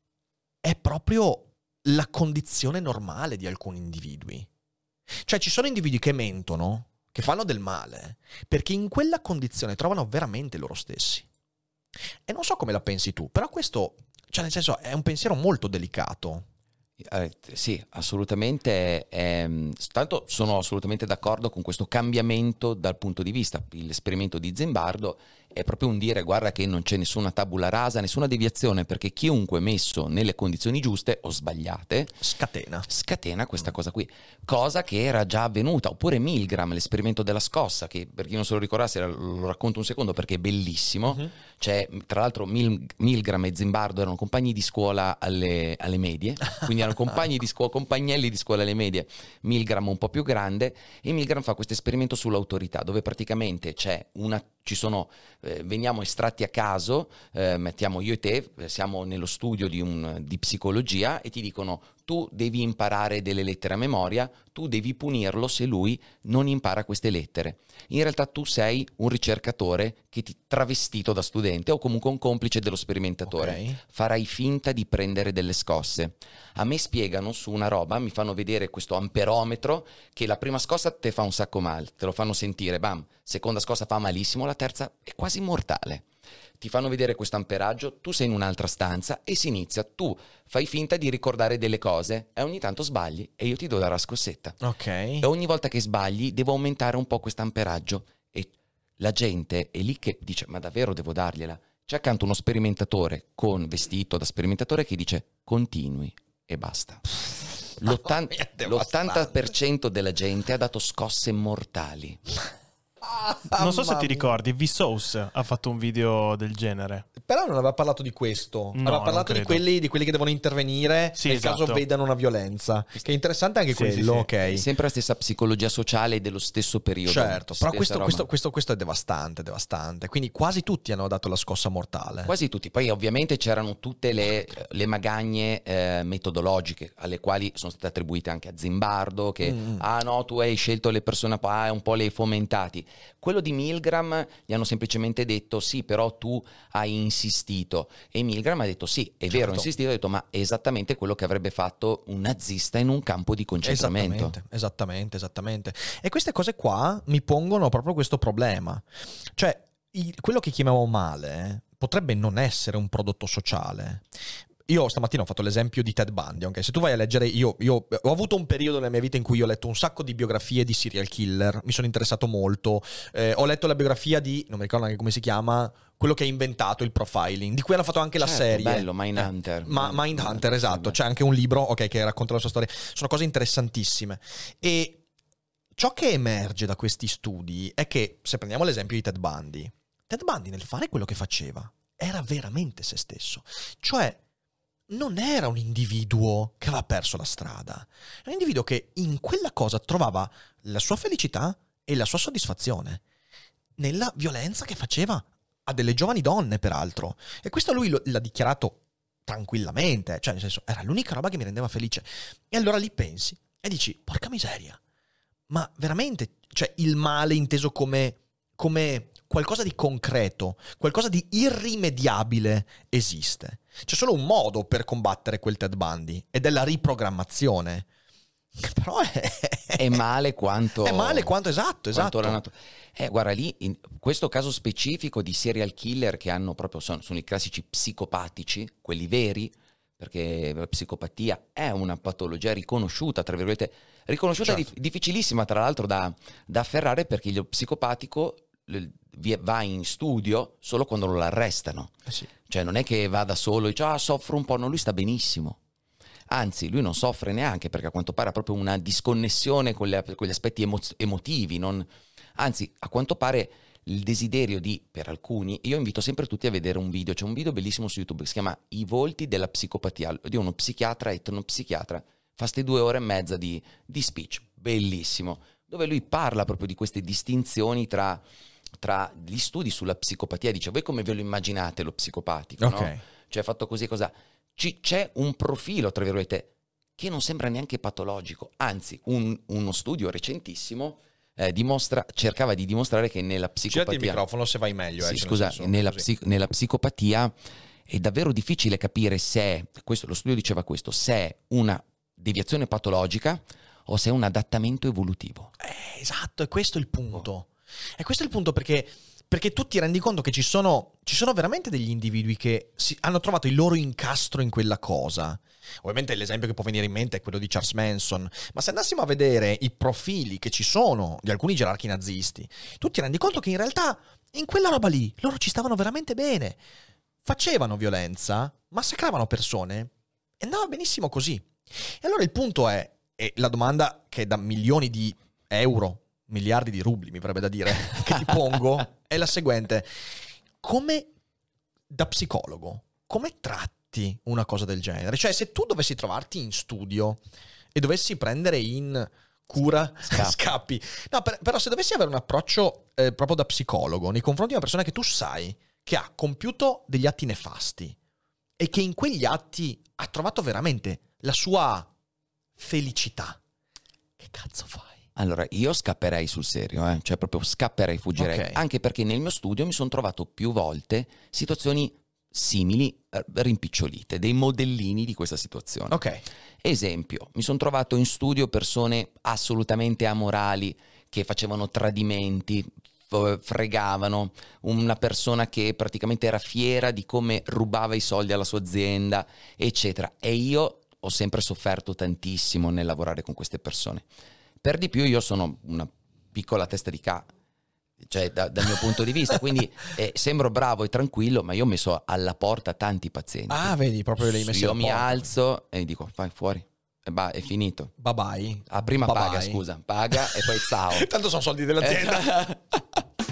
è proprio la condizione normale di alcuni individui. Cioè, ci sono individui che mentono, che fanno del male, perché in quella condizione trovano veramente loro stessi. E non so come la pensi tu, però questo, cioè nel senso, è un pensiero molto delicato. Eh, sì, assolutamente. ehm, tanto sono assolutamente d'accordo con questo cambiamento dal punto di vista. L'esperimento di Zimbardo è proprio un dire: guarda che non c'è nessuna tabula rasa, nessuna deviazione, perché chiunque messo nelle condizioni giuste o sbagliate Scatena. scatena questa cosa qui, cosa che era già avvenuta. Oppure Milgram, l'esperimento della scossa, che per chi non se lo ricordasse lo racconto un secondo perché è bellissimo. Mm-hmm. Cioè, tra l'altro Mil- Milgram e Zimbardo erano compagni di scuola alle, alle medie, quindi erano compagni di scuola, compagnelli di scuola alle medie. Milgram un po' più grande, e Milgram fa questo esperimento sull'autorità, dove praticamente c'è una ci sono, eh, veniamo estratti a caso, eh, mettiamo io e te, eh, siamo nello studio di, un, di psicologia, e ti dicono: tu devi imparare delle lettere a memoria, tu devi punirlo se lui non impara queste lettere. In realtà tu sei un ricercatore che ti travestito da studente, o comunque un complice dello sperimentatore. Ok. Farai finta di prendere delle scosse. A me spiegano su una roba, mi fanno vedere questo amperometro, che la prima scossa te fa un sacco male, te lo fanno sentire, bam, seconda scossa fa malissimo, la terza è quasi mortale. Ti fanno vedere questo amperaggio, tu sei in un'altra stanza e si inizia, tu fai finta di ricordare delle cose e ogni tanto sbagli e io ti do la scossetta. Ok. E ogni volta che sbagli devo aumentare un po' questo amperaggio, e la gente è lì che dice: ma davvero devo dargliela? C'è accanto uno sperimentatore con vestito da sperimentatore che dice: continui e basta. L'ottanta Mamma mia, l'ottanta per cento della gente ha dato scosse mortali. Non so se Mamma ti mia. ricordi, Vsauce ha fatto un video del genere. Però non aveva parlato di questo, No, aveva non parlato di credo. quelli, di quelli che devono intervenire Sì, nel esatto. caso vedano una violenza. Che è interessante anche Sì, quello, sì, sì. ok? Sempre la stessa psicologia sociale dello stesso periodo. Certo, però Stessa questo, roba. questo, questo, questo è devastante, devastante. Quindi quasi tutti hanno dato la scossa mortale. Quasi tutti. Poi ovviamente c'erano tutte le, le magagne eh, metodologiche alle quali sono state attribuite anche a Zimbardo, che Mm. ah no, tu hai scelto le persone, ah, un po' le hai fomentati. Quello di Milgram gli hanno semplicemente detto sì, però tu hai insistito. E Milgram ha detto sì, è vero, ho Certo. insistito, ha detto ma è esattamente quello che avrebbe fatto un nazista in un campo di concentramento. Esattamente, esattamente, esattamente. E queste cose qua mi pongono proprio questo problema. Cioè, il- quello che chiamiamo male potrebbe non essere un prodotto sociale. Io stamattina ho fatto l'esempio di Ted Bundy, ok? Se tu vai a leggere, io, io ho avuto un periodo nella mia vita in cui ho letto un sacco di biografie di serial killer, mi sono interessato molto, eh, ho letto la biografia di, non mi ricordo neanche come si chiama, quello che ha inventato il profiling, di cui hanno fatto anche la Certo, serie. bello, Mindhunter. Ma Mindhunter, esatto, c'è anche un libro, ok, che racconta la sua storia. Sono cose interessantissime. E ciò che emerge da questi studi è che, se prendiamo l'esempio di Ted Bundy, Ted Bundy nel fare quello che faceva era veramente se stesso. Cioè, non era un individuo che aveva perso la strada. Era un individuo che in quella cosa trovava la sua felicità e la sua soddisfazione nella violenza che faceva a delle giovani donne, peraltro. E questo lui lo- l'ha dichiarato tranquillamente, cioè nel senso, era l'unica roba che mi rendeva felice. E allora lì pensi e dici, porca miseria, ma veramente, cioè il male inteso come, come qualcosa di concreto, qualcosa di irrimediabile esiste. C'è solo un modo per combattere quel Ted Bundy ed è la riprogrammazione. Però è, È male quanto... è male quanto esatto, esatto. quanto la natu- eh, guarda lì, in questo caso specifico di serial killer che hanno proprio, sono, sono i classici psicopatici, quelli veri, perché la psicopatia è una patologia riconosciuta, tra virgolette, riconosciuta Certo. dif- difficilissima tra l'altro da, da afferrare, perché lo psicopatico l- vi- va in studio solo quando lo arrestano. Eh sì. Cioè non è che vada solo e dice ah soffro un po', no, lui sta benissimo. Anzi, lui non soffre neanche, perché a quanto pare ha proprio una disconnessione con, le- con gli aspetti emo- emotivi. Non... Anzi, a quanto pare il desiderio di, per alcuni, io invito sempre tutti a vedere un video, c'è un video bellissimo su YouTube che si chiama I volti della psicopatia, di uno psichiatra, etnopsichiatra, fa ste due ore e mezza di, di speech, bellissimo, dove lui parla proprio di queste distinzioni tra, tra gli studi sulla psicopatia, dice voi come ve lo immaginate lo psicopatico, Ok. no? Cioè fatto così cosa... Ci- c'è un profilo, tra virgolette, che non sembra neanche patologico, anzi un- uno studio recentissimo eh, dimostra, cercava di dimostrare che nella Girati il psicopatia... microfono se vai meglio. Sì, eh, cioè, scusa, nel senso, nella, così. psi- nella psicopatia è davvero difficile capire se è, questo, lo studio diceva questo, se è una deviazione patologica o se è un adattamento evolutivo. Eh, esatto, è questo il punto. È questo il punto perché, perché tu ti rendi conto che ci sono, ci sono veramente degli individui che si, hanno trovato il loro incastro in quella cosa. Ovviamente l'esempio che può venire in mente è quello di Charles Manson, ma se andassimo a vedere i profili che ci sono di alcuni gerarchi nazisti, tu ti rendi conto che in realtà in quella roba lì loro ci stavano veramente bene. Facevano violenza, massacravano persone e andava benissimo così. E allora il punto è, e la domanda che da milioni di euro, miliardi di rubli mi verrebbe da dire, che ti pongo è la seguente: come da psicologo, come tratti una cosa del genere? Cioè, se tu dovessi trovarti in studio e dovessi prendere in cura Scappi. scappi, no, per- però se dovessi avere un approccio eh, proprio da psicologo nei confronti di una persona che tu sai che ha compiuto degli atti nefasti e che in quegli atti ha trovato veramente la sua felicità, che cazzo fai? Allora, io scapperei sul serio, eh? Cioè proprio scapperei, fuggirei, Ok. anche perché nel mio studio mi sono trovato più volte situazioni simili, eh, rimpicciolite, dei modellini di questa situazione. Ok. Esempio, mi sono trovato in studio persone assolutamente amorali che facevano tradimenti, f- fregavano, una persona che praticamente era fiera di come rubava i soldi alla sua azienda, eccetera. E io ho sempre sofferto tantissimo nel lavorare con queste persone. Per di più io sono una piccola testa di ca, cioè da- dal mio punto di vista, quindi eh, sembro bravo e tranquillo, ma io ho messo alla porta tanti pazienti. Ah, vedi, proprio l'hai messo Io alla mi porta. alzo e dico vai fuori, e ba- è finito. Bye bye. Ah, prima Bye paga, bye. scusa, paga e poi ciao. Tanto sono soldi dell'azienda.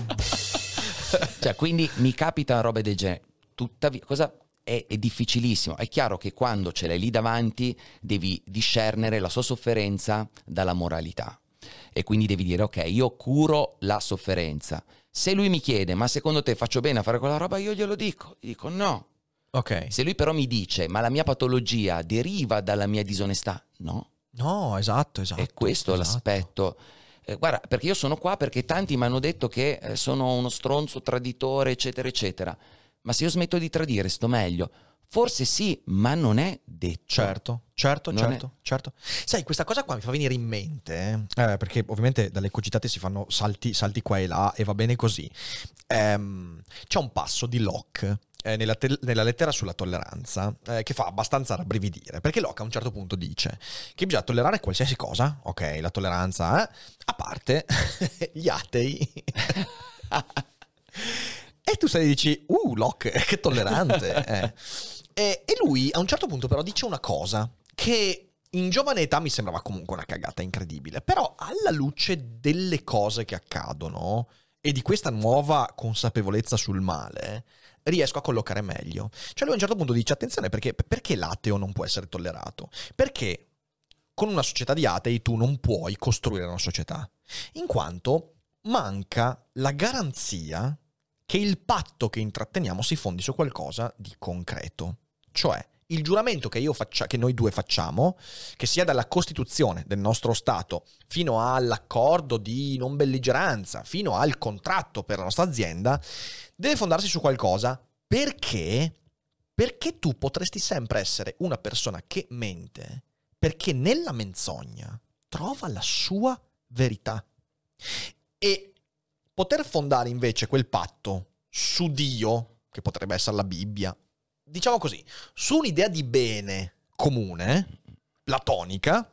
Cioè, quindi mi capita robe del genere. Tuttavia, cosa è, è difficilissimo. È chiaro che quando ce l'hai lì davanti devi discernere la sua sofferenza dalla moralità. E quindi devi dire, ok, io curo la sofferenza. Se lui mi chiede, ma secondo te faccio bene a fare quella roba, io glielo dico. Gli dico no. Ok. Se lui però mi dice, ma la mia patologia deriva dalla mia disonestà, no. No, esatto, esatto. È questo esatto. l'aspetto. Eh, guarda, perché io sono qua perché tanti mi hanno detto che eh, sono uno stronzo, traditore, eccetera, eccetera. Ma se io smetto di tradire, sto meglio. Forse sì, ma non è detto. Certo, certo, Non certo, è- certo. Sai, questa cosa qua mi fa venire in mente, eh, perché ovviamente dalle cogitate si fanno salti, salti qua e là e va bene così. Ehm, c'è un passo di Locke eh, nella, te- nella lettera sulla tolleranza eh, che fa abbastanza rabbrividire, perché Locke a un certo punto dice che bisogna tollerare qualsiasi cosa, ok, la tolleranza, eh, a parte gli atei. E tu stai e dici, uh, Locke, che tollerante. eh. E, e lui a un certo punto però dice una cosa che in giovane età mi sembrava comunque una cagata incredibile, però alla luce delle cose che accadono e di questa nuova consapevolezza sul male riesco a collocare meglio. Cioè lui a un certo punto dice, attenzione, perché, perché l'ateo non può essere tollerato? Perché con una società di atei tu non puoi costruire una società, in quanto manca la garanzia che il patto che intratteniamo si fondi su qualcosa di concreto. Cioè, il giuramento che io faccia, che noi due facciamo, che sia dalla Costituzione del nostro Stato fino all'accordo di non belligeranza, fino al contratto per la nostra azienda, deve fondarsi su qualcosa. Perché? Perché tu potresti sempre essere una persona che mente, perché nella menzogna trova la sua verità. E poter fondare invece quel patto su Dio, che potrebbe essere la Bibbia, diciamo così, su un'idea di bene comune, platonica,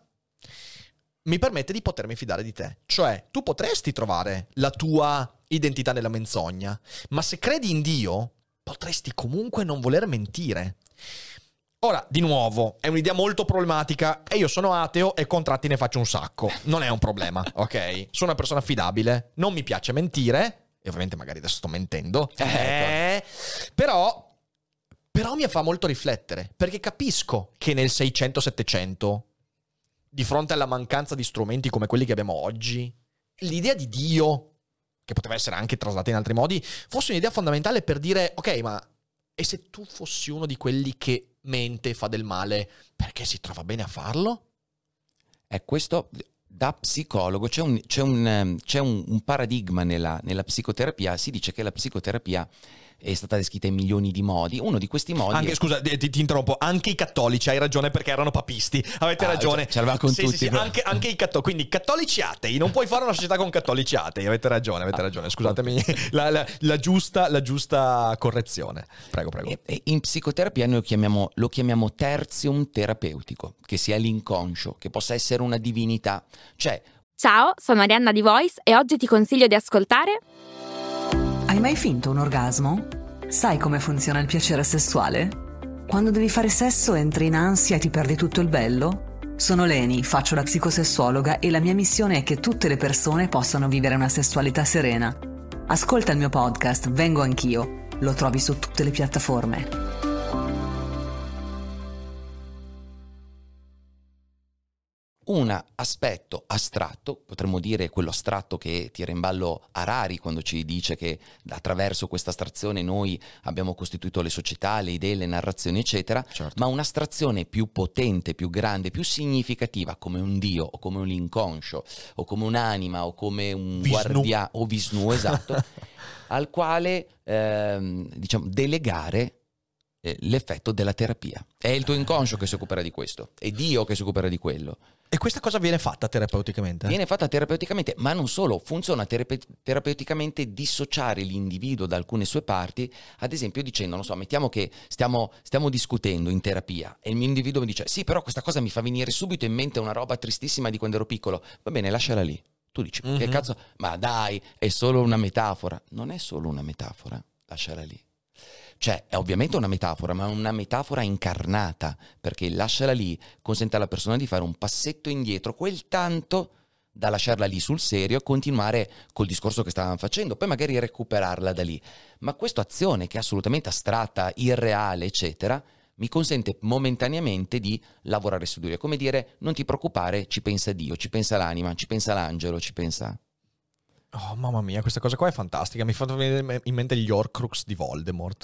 mi permette di potermi fidare di te. Cioè, tu potresti trovare la tua identità nella menzogna, ma se credi in Dio, potresti comunque non voler mentire. Ora, di nuovo, è un'idea molto problematica e io sono ateo e contratti ne faccio un sacco. Non è un problema, ok? Sono una persona affidabile, non mi piace mentire, e ovviamente magari adesso sto mentendo, eh, però, però mi fa molto riflettere, perché capisco che nel seicento settecento, di fronte alla mancanza di strumenti come quelli che abbiamo oggi, l'idea di Dio, che poteva essere anche traslata in altri modi, fosse un'idea fondamentale per dire, ok, ma e se tu fossi uno di quelli che mente e fa del male perché si trova bene a farlo? È questo, da psicologo, c'è un, c'è un, c'è un, un paradigma nella, nella psicoterapia. Si dice che la psicoterapia è stata descritta in milioni di modi. Uno di questi modi... Anche, è... scusa, ti, ti interrompo. Anche i cattolici, hai ragione, perché erano papisti. Avete Ah, ragione. ce l'aveva con sì, tutti. Sì, sì, anche, anche i cattolici. Quindi cattolici atei. Non puoi fare una società con cattolici atei. Avete ragione, avete ragione. Scusatemi la, la, la, giusta, la giusta correzione. Prego, prego. E, e in psicoterapia noi lo chiamiamo, lo chiamiamo tertium terapeutico, che sia l'inconscio, che possa essere una divinità. Cioè... Ciao, sono Arianna di Voice e oggi ti consiglio di ascoltare... Hai mai finto un orgasmo? Sai come funziona il piacere sessuale? Quando devi fare sesso entri in ansia e ti perdi tutto il bello? Sono Leni, faccio la psicosessuologa e la mia missione è che tutte le persone possano vivere una sessualità serena. Ascolta il mio podcast Vengo Anch'io, lo trovi su tutte le piattaforme. Un aspetto astratto, potremmo dire quello astratto che tira in ballo Harari quando ci dice che attraverso questa astrazione noi abbiamo costituito le società, le idee, le narrazioni, eccetera, Certo. ma un'astrazione più potente, più grande, più significativa, come un dio o come un inconscio o come un'anima o come un Vishnu. guardiano o Vishnu, esatto, al quale ehm, diciamo delegare eh, l'effetto della terapia. È il tuo inconscio che si occuperà di questo, è Dio che si occuperà di quello. E questa cosa viene fatta terapeuticamente? Viene fatta terapeuticamente, ma non solo, funziona terape- terapeuticamente dissociare l'individuo da alcune sue parti, ad esempio dicendo, non so, mettiamo che stiamo, stiamo discutendo in terapia e il mio individuo mi dice, sì, però questa cosa mi fa venire subito in mente una roba tristissima di quando ero piccolo, va bene, lasciala lì. Tu dici, Mm-hmm. che cazzo, ma dai, è solo una metafora. Non è solo una metafora, lasciala lì. Cioè, è ovviamente una metafora, ma è una metafora incarnata, perché lasciala lì consente alla persona di fare un passetto indietro, quel tanto da lasciarla lì sul serio e continuare col discorso che stavamo facendo, poi magari recuperarla da lì. Ma questa azione che è assolutamente astratta, irreale, eccetera, mi consente momentaneamente di lavorare su di lui. È come dire, non ti preoccupare, ci pensa Dio, ci pensa l'anima, ci pensa l'angelo, ci pensa... Oh, mamma mia, questa cosa qua è fantastica. Mi fa venire in mente gli Horcrux di Voldemort.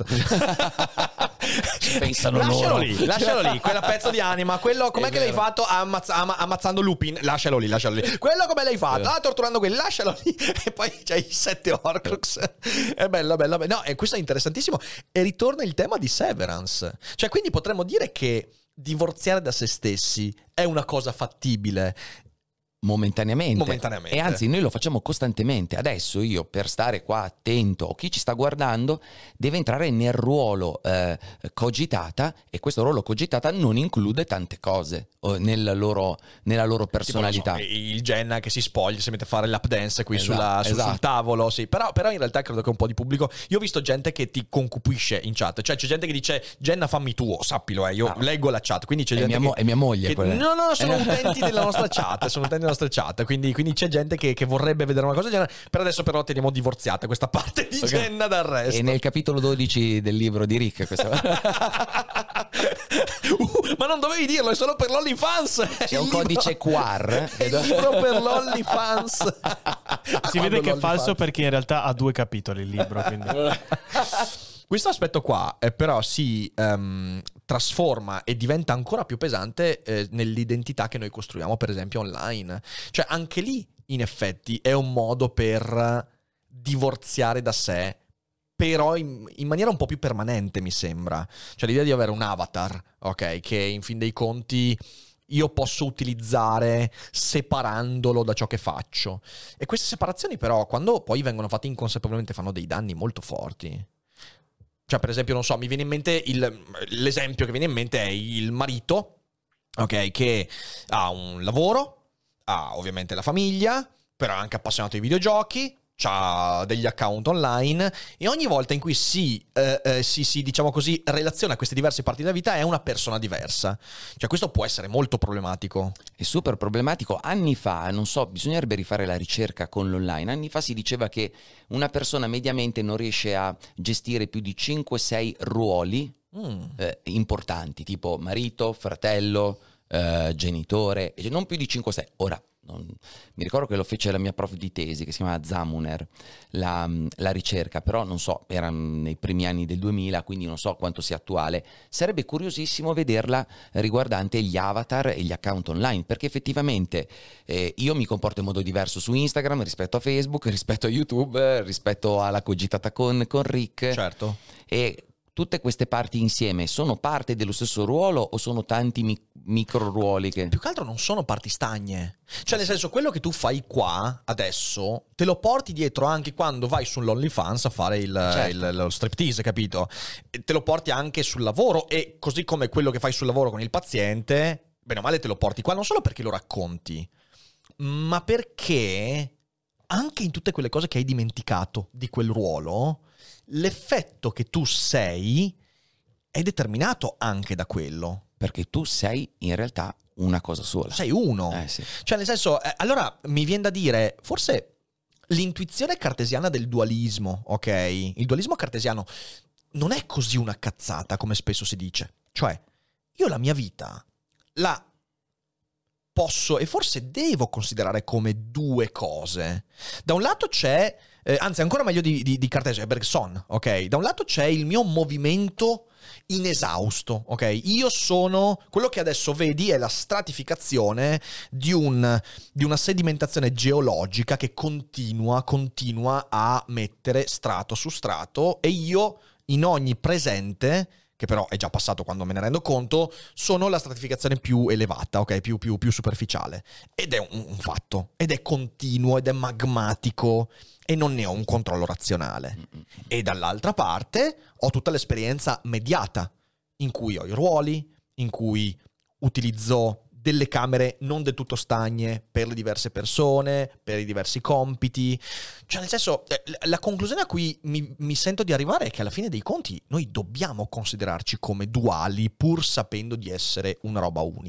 Ci pensano lascialo loro. lì, lascialo lì, quella pezzo di anima. Quello com'è È che l'hai vero. fatto? Ammazz- am- ammazzando Lupin. Lascialo lì, lascialo lì. Quello come l'hai fatto? Ah, torturando quelli. Lascialo lì. E poi c'hai i sette Horcrux. È bello, bello, bello. No, e questo è interessantissimo. E ritorna il tema di Severance. Cioè, quindi potremmo dire che divorziare da se stessi è una cosa fattibile. Momentaneamente. Momentaneamente. E anzi, noi lo facciamo costantemente. Adesso io, per stare qua attento, o chi ci sta guardando, deve entrare nel ruolo eh, cogitata, e questo ruolo cogitata non include tante cose o nel loro, nella loro personalità. Tipo, non so, il Jenna che si spoglia, si mette a fare lap dance qui Esatto, sulla, sul, esatto. sul tavolo, sì. Però, però in realtà credo che un po' di pubblico. Io ho visto gente che ti concupisce in chat. Cioè c'è gente che dice Jenna fammi tuo, sappilo, eh, io Ah. leggo la chat. Quindi c'è È gente mia mo- che, è mia moglie che- quella. No, no, sono utenti della nostra chat. Sono utenti della nostra chat. Quindi, quindi c'è gente che, che vorrebbe vedere una cosa del genere. Per adesso però teniamo divorziata questa parte di Ok. Jenna dal resto. E nel capitolo dodici del libro di Rick questo... uh, ma non dovevi dirlo, è solo per l'OnlyFans. C'è un Il codice libro- Q R. È il libro per l'OnlyFans. Si vede che è falso perché in realtà ha due capitoli il libro. Quindi. Questo aspetto qua eh, però si ehm, trasforma e diventa ancora più pesante eh, nell'identità che noi costruiamo, per esempio online. Cioè anche lì in effetti è un modo per divorziare da sé, però in, in maniera un po' più permanente, mi sembra. Cioè l'idea di avere un avatar, ok, che in fin dei conti io posso utilizzare separandolo da ciò che faccio. E queste separazioni però, quando poi vengono fatte inconsapevolmente, fanno dei danni molto forti. Cioè, per esempio, non so, mi viene in mente il, l'esempio che viene in mente è il marito, ok, che ha un lavoro, ha ovviamente la famiglia, però è anche appassionato di videogiochi, c'ha degli account online, e ogni volta in cui si, eh, eh, si, si, diciamo così, relaziona a queste diverse parti della vita è una persona diversa. Cioè, questo può essere molto problematico. È super problematico. Anni fa, non so, bisognerebbe rifare la ricerca con l'online. Anni fa si diceva che una persona mediamente non riesce a gestire più di cinque sei ruoli Mm. eh, importanti, tipo marito, fratello, eh, genitore, e non più di cinque sei. Ora, non, mi ricordo che lo fece la mia prof di tesi, che si chiama Zamuner, la, la ricerca, però non so, era nei primi anni del duemila, quindi non so quanto sia attuale. Sarebbe curiosissimo vederla riguardante gli avatar e gli account online, perché effettivamente eh, io mi comporto in modo diverso su Instagram rispetto a Facebook, rispetto a YouTube, rispetto alla cogitata con, con Rick. Certo. E tutte queste parti insieme sono parte dello stesso ruolo o sono tanti mi- micro ruoli che... Più che altro non sono parti stagne. Cioè, nel senso, quello che tu fai qua, adesso, te lo porti dietro anche quando vai sull'OnlyFans a fare il, Certo. il- lo striptease, capito? E te lo porti anche sul lavoro, e così come quello che fai sul lavoro con il paziente, bene o male te lo porti qua, non solo perché lo racconti, ma perché anche in tutte quelle cose che hai dimenticato di quel ruolo, l'effetto che tu sei è determinato anche da quello. Perché tu sei in realtà una cosa sola. Sei uno. Eh sì. Cioè, nel senso, eh, allora mi viene da dire, forse l'intuizione cartesiana del dualismo, ok? Il dualismo cartesiano non è così una cazzata come spesso si dice. Cioè, io la mia vita la posso e forse devo considerare come due cose. Da un lato c'è, eh, anzi ancora meglio di, di, di Cartesio, è Bergson, ok? Da un lato c'è il mio movimento inesausto, ok? Io sono, quello che adesso vedi è la stratificazione di, un, di una sedimentazione geologica che continua, continua a mettere strato su strato, e io in ogni presente, che però è già passato quando me ne rendo conto, sono la stratificazione più elevata, ok? Più, più, più superficiale. Ed è un, un fatto, ed è continuo, ed è magmatico, e non ne ho un controllo razionale. E dall'altra parte ho tutta l'esperienza mediata, in cui ho i ruoli, in cui utilizzo delle camere non del tutto stagne per le diverse persone, per i diversi compiti. Cioè, nel senso, la conclusione a cui mi, mi sento di arrivare è che alla fine dei conti noi dobbiamo considerarci come duali, pur sapendo di essere una roba unica.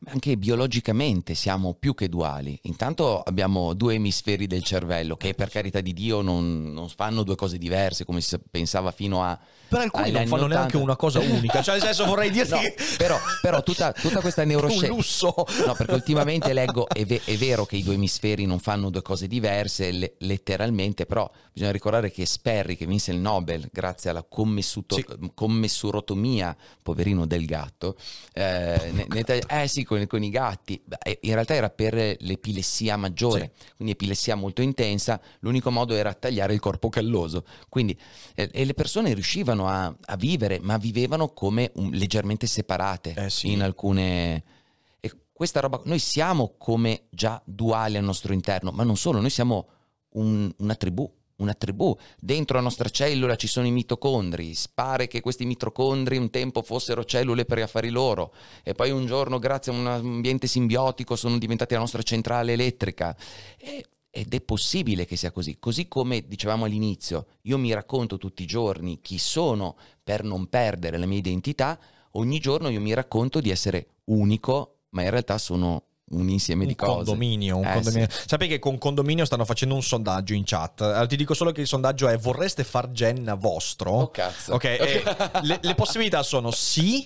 anche biologicamente siamo più che duali. Intanto abbiamo due emisferi del cervello che per carità di Dio non, non fanno due cose diverse come si pensava fino a... Per alcuni non fanno neanche una cosa unica, cioè nel senso vorrei dirti no, che... però, però tutta, tutta questa neuroscienza... un lusso! No, perché ultimamente leggo, è, ve- è vero che i due emisferi non fanno due cose diverse le- letteralmente, però bisogna ricordare che Sperry, che vinse il Nobel grazie alla commessuto- sì. commessurotomia, poverino del gatto, eh, ne- ne taglia- eh sì, con, con i gatti, beh, in realtà era per l'epilessia maggiore, sì. Quindi epilessia molto intensa, l'unico modo era tagliare il corpo calloso, quindi eh, e le persone riuscivano A, a vivere, ma vivevano come un, leggermente separate eh sì. in alcune... E questa roba, noi siamo come già duali al nostro interno, ma non solo, noi siamo un, una tribù, una tribù. Dentro la nostra cellula ci sono i mitocondri, pare che questi mitocondri un tempo fossero cellule per gli affari loro e poi un giorno grazie a un ambiente simbiotico sono diventati la nostra centrale elettrica. E Ed è possibile che sia così, così come dicevamo all'inizio, io mi racconto tutti i giorni chi sono per non perdere la mia identità, ogni giorno io mi racconto di essere unico, ma in realtà sono un insieme un di cose. Condominio, un eh, condominio. Sì. Sappi che con Condominio stanno facendo un sondaggio in chat. Allora, ti dico solo che il sondaggio è: vorreste far Jenna vostro? Oh cazzo. Ok, okay. le, le possibilità sono sì,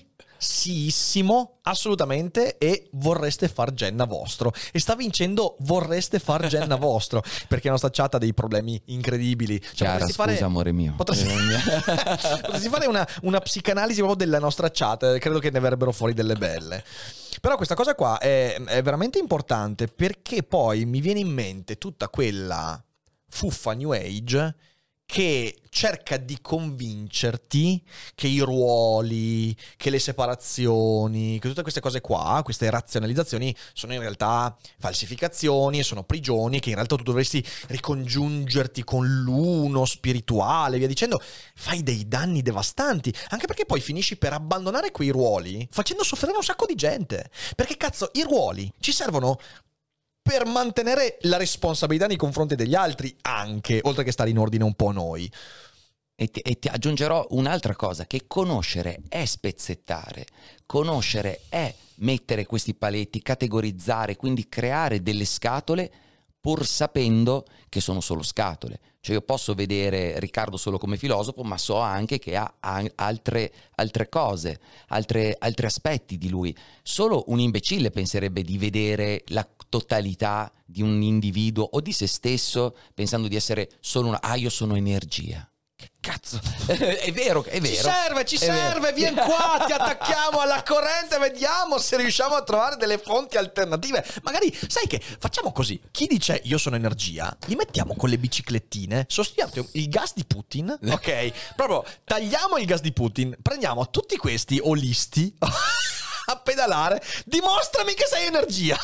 sissimo, assolutamente, e vorreste far Jenna vostro. E sta vincendo vorreste far Jenna vostro, perché la nostra chat ha dei problemi incredibili. Cioè, Chiara, potresti scusa fare, amore mio. Potresti, potresti fare una, una psicanalisi proprio della nostra chat, credo che ne verrebbero fuori delle belle. Però questa cosa qua è, è veramente importante, perché poi mi viene in mente tutta quella fuffa New Age che cerca di convincerti che i ruoli, che le separazioni, che tutte queste cose qua, queste razionalizzazioni sono in realtà falsificazioni e sono prigioni, che in realtà tu dovresti ricongiungerti con l'uno spirituale, via dicendo. Fai dei danni devastanti, anche perché poi finisci per abbandonare quei ruoli facendo soffrire un sacco di gente. Perché cazzo, i ruoli ci servono per mantenere la responsabilità nei confronti degli altri anche, oltre che stare in ordine un po' noi. E ti, e ti aggiungerò un'altra cosa, che conoscere è spezzettare, conoscere è mettere questi paletti, categorizzare, quindi creare delle scatole pur sapendo che sono solo scatole. Cioè io posso vedere Riccardo solo come filosofo, ma so anche che ha, ha altre, altre cose, altre, altri aspetti di lui. Solo un imbecille penserebbe di vedere la totalità di un individuo o di se stesso pensando di essere solo una... Ah, io sono energia. Che cazzo? È vero, è vero. Ci serve, ci è serve, vero. vieni qua, ti attacchiamo alla corrente, vediamo se riusciamo a trovare delle fonti alternative. Magari, sai che, facciamo così, chi dice io sono energia, li mettiamo con le biciclettine, sostituiamo il gas di Putin, ok? Proprio tagliamo il gas di Putin, prendiamo tutti questi olisti a pedalare, dimostrami che sei energia.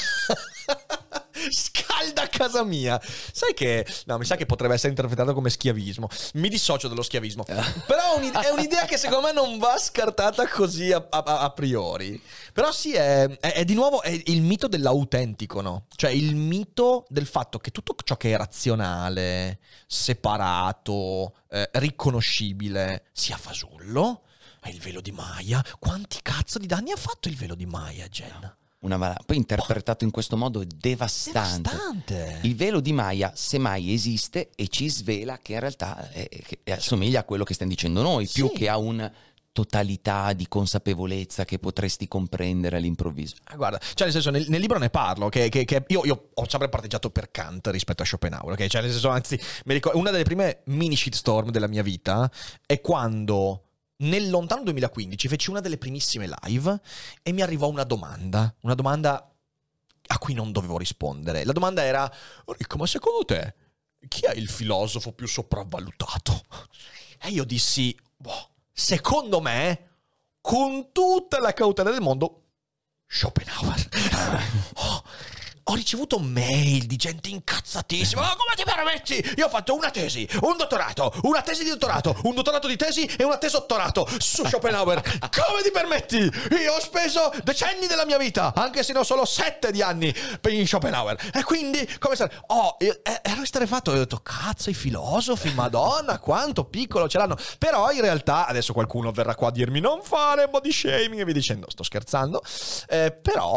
Scalda casa mia. Sai che no, mi sa che potrebbe essere interpretato come schiavismo. Mi dissocio dallo schiavismo. Però è un'idea, è un'idea che secondo me non va scartata così a, a, a priori. Però sì, è, è, è di nuovo è il mito dell'autentico, no? Cioè il mito del fatto che tutto ciò che è razionale, separato, eh, riconoscibile sia fasullo. È il velo di Maya. Quanti cazzo di danni ha fatto il velo di Maya, Jenna? Una mala... Poi interpretato in questo modo è devastante. Devastante. Il velo di Maya semmai esiste e ci svela che in realtà è, che assomiglia a quello che stiamo dicendo noi, Sì. più che a una totalità di consapevolezza che potresti comprendere all'improvviso. Ah, guarda, cioè nel senso nel, nel libro ne parlo che, che, che io, io ho sempre parteggiato per Kant rispetto a Schopenhauer, ok? Cioè nel senso, anzi, mi ricordo, una delle prime mini shitstorm della mia vita è quando nel lontano duemilaquindici feci una delle primissime live e mi arrivò una domanda, una domanda a cui non dovevo rispondere. La domanda era: Ricco, ma secondo te chi è il filosofo più sopravvalutato? E io dissi: boh, secondo me, con tutta la cautela del mondo, Schopenhauer. Oh, ho ricevuto mail di gente incazzatissima. Ma come ti permetti? Io ho fatto una tesi, un dottorato, una tesi di dottorato, un dottorato di tesi e una tesottorato su Schopenhauer. Come ti permetti? Io ho speso decenni della mia vita, anche se ne ho solo sette di anni per in Schopenhauer. E quindi, come sai, oh, ero esterrefatto. Ho detto, cazzo, i filosofi, madonna, quanto piccolo ce l'hanno. Però in realtà, adesso qualcuno verrà qua a dirmi non fare body shaming e vi dicendo, sto scherzando. Eh, però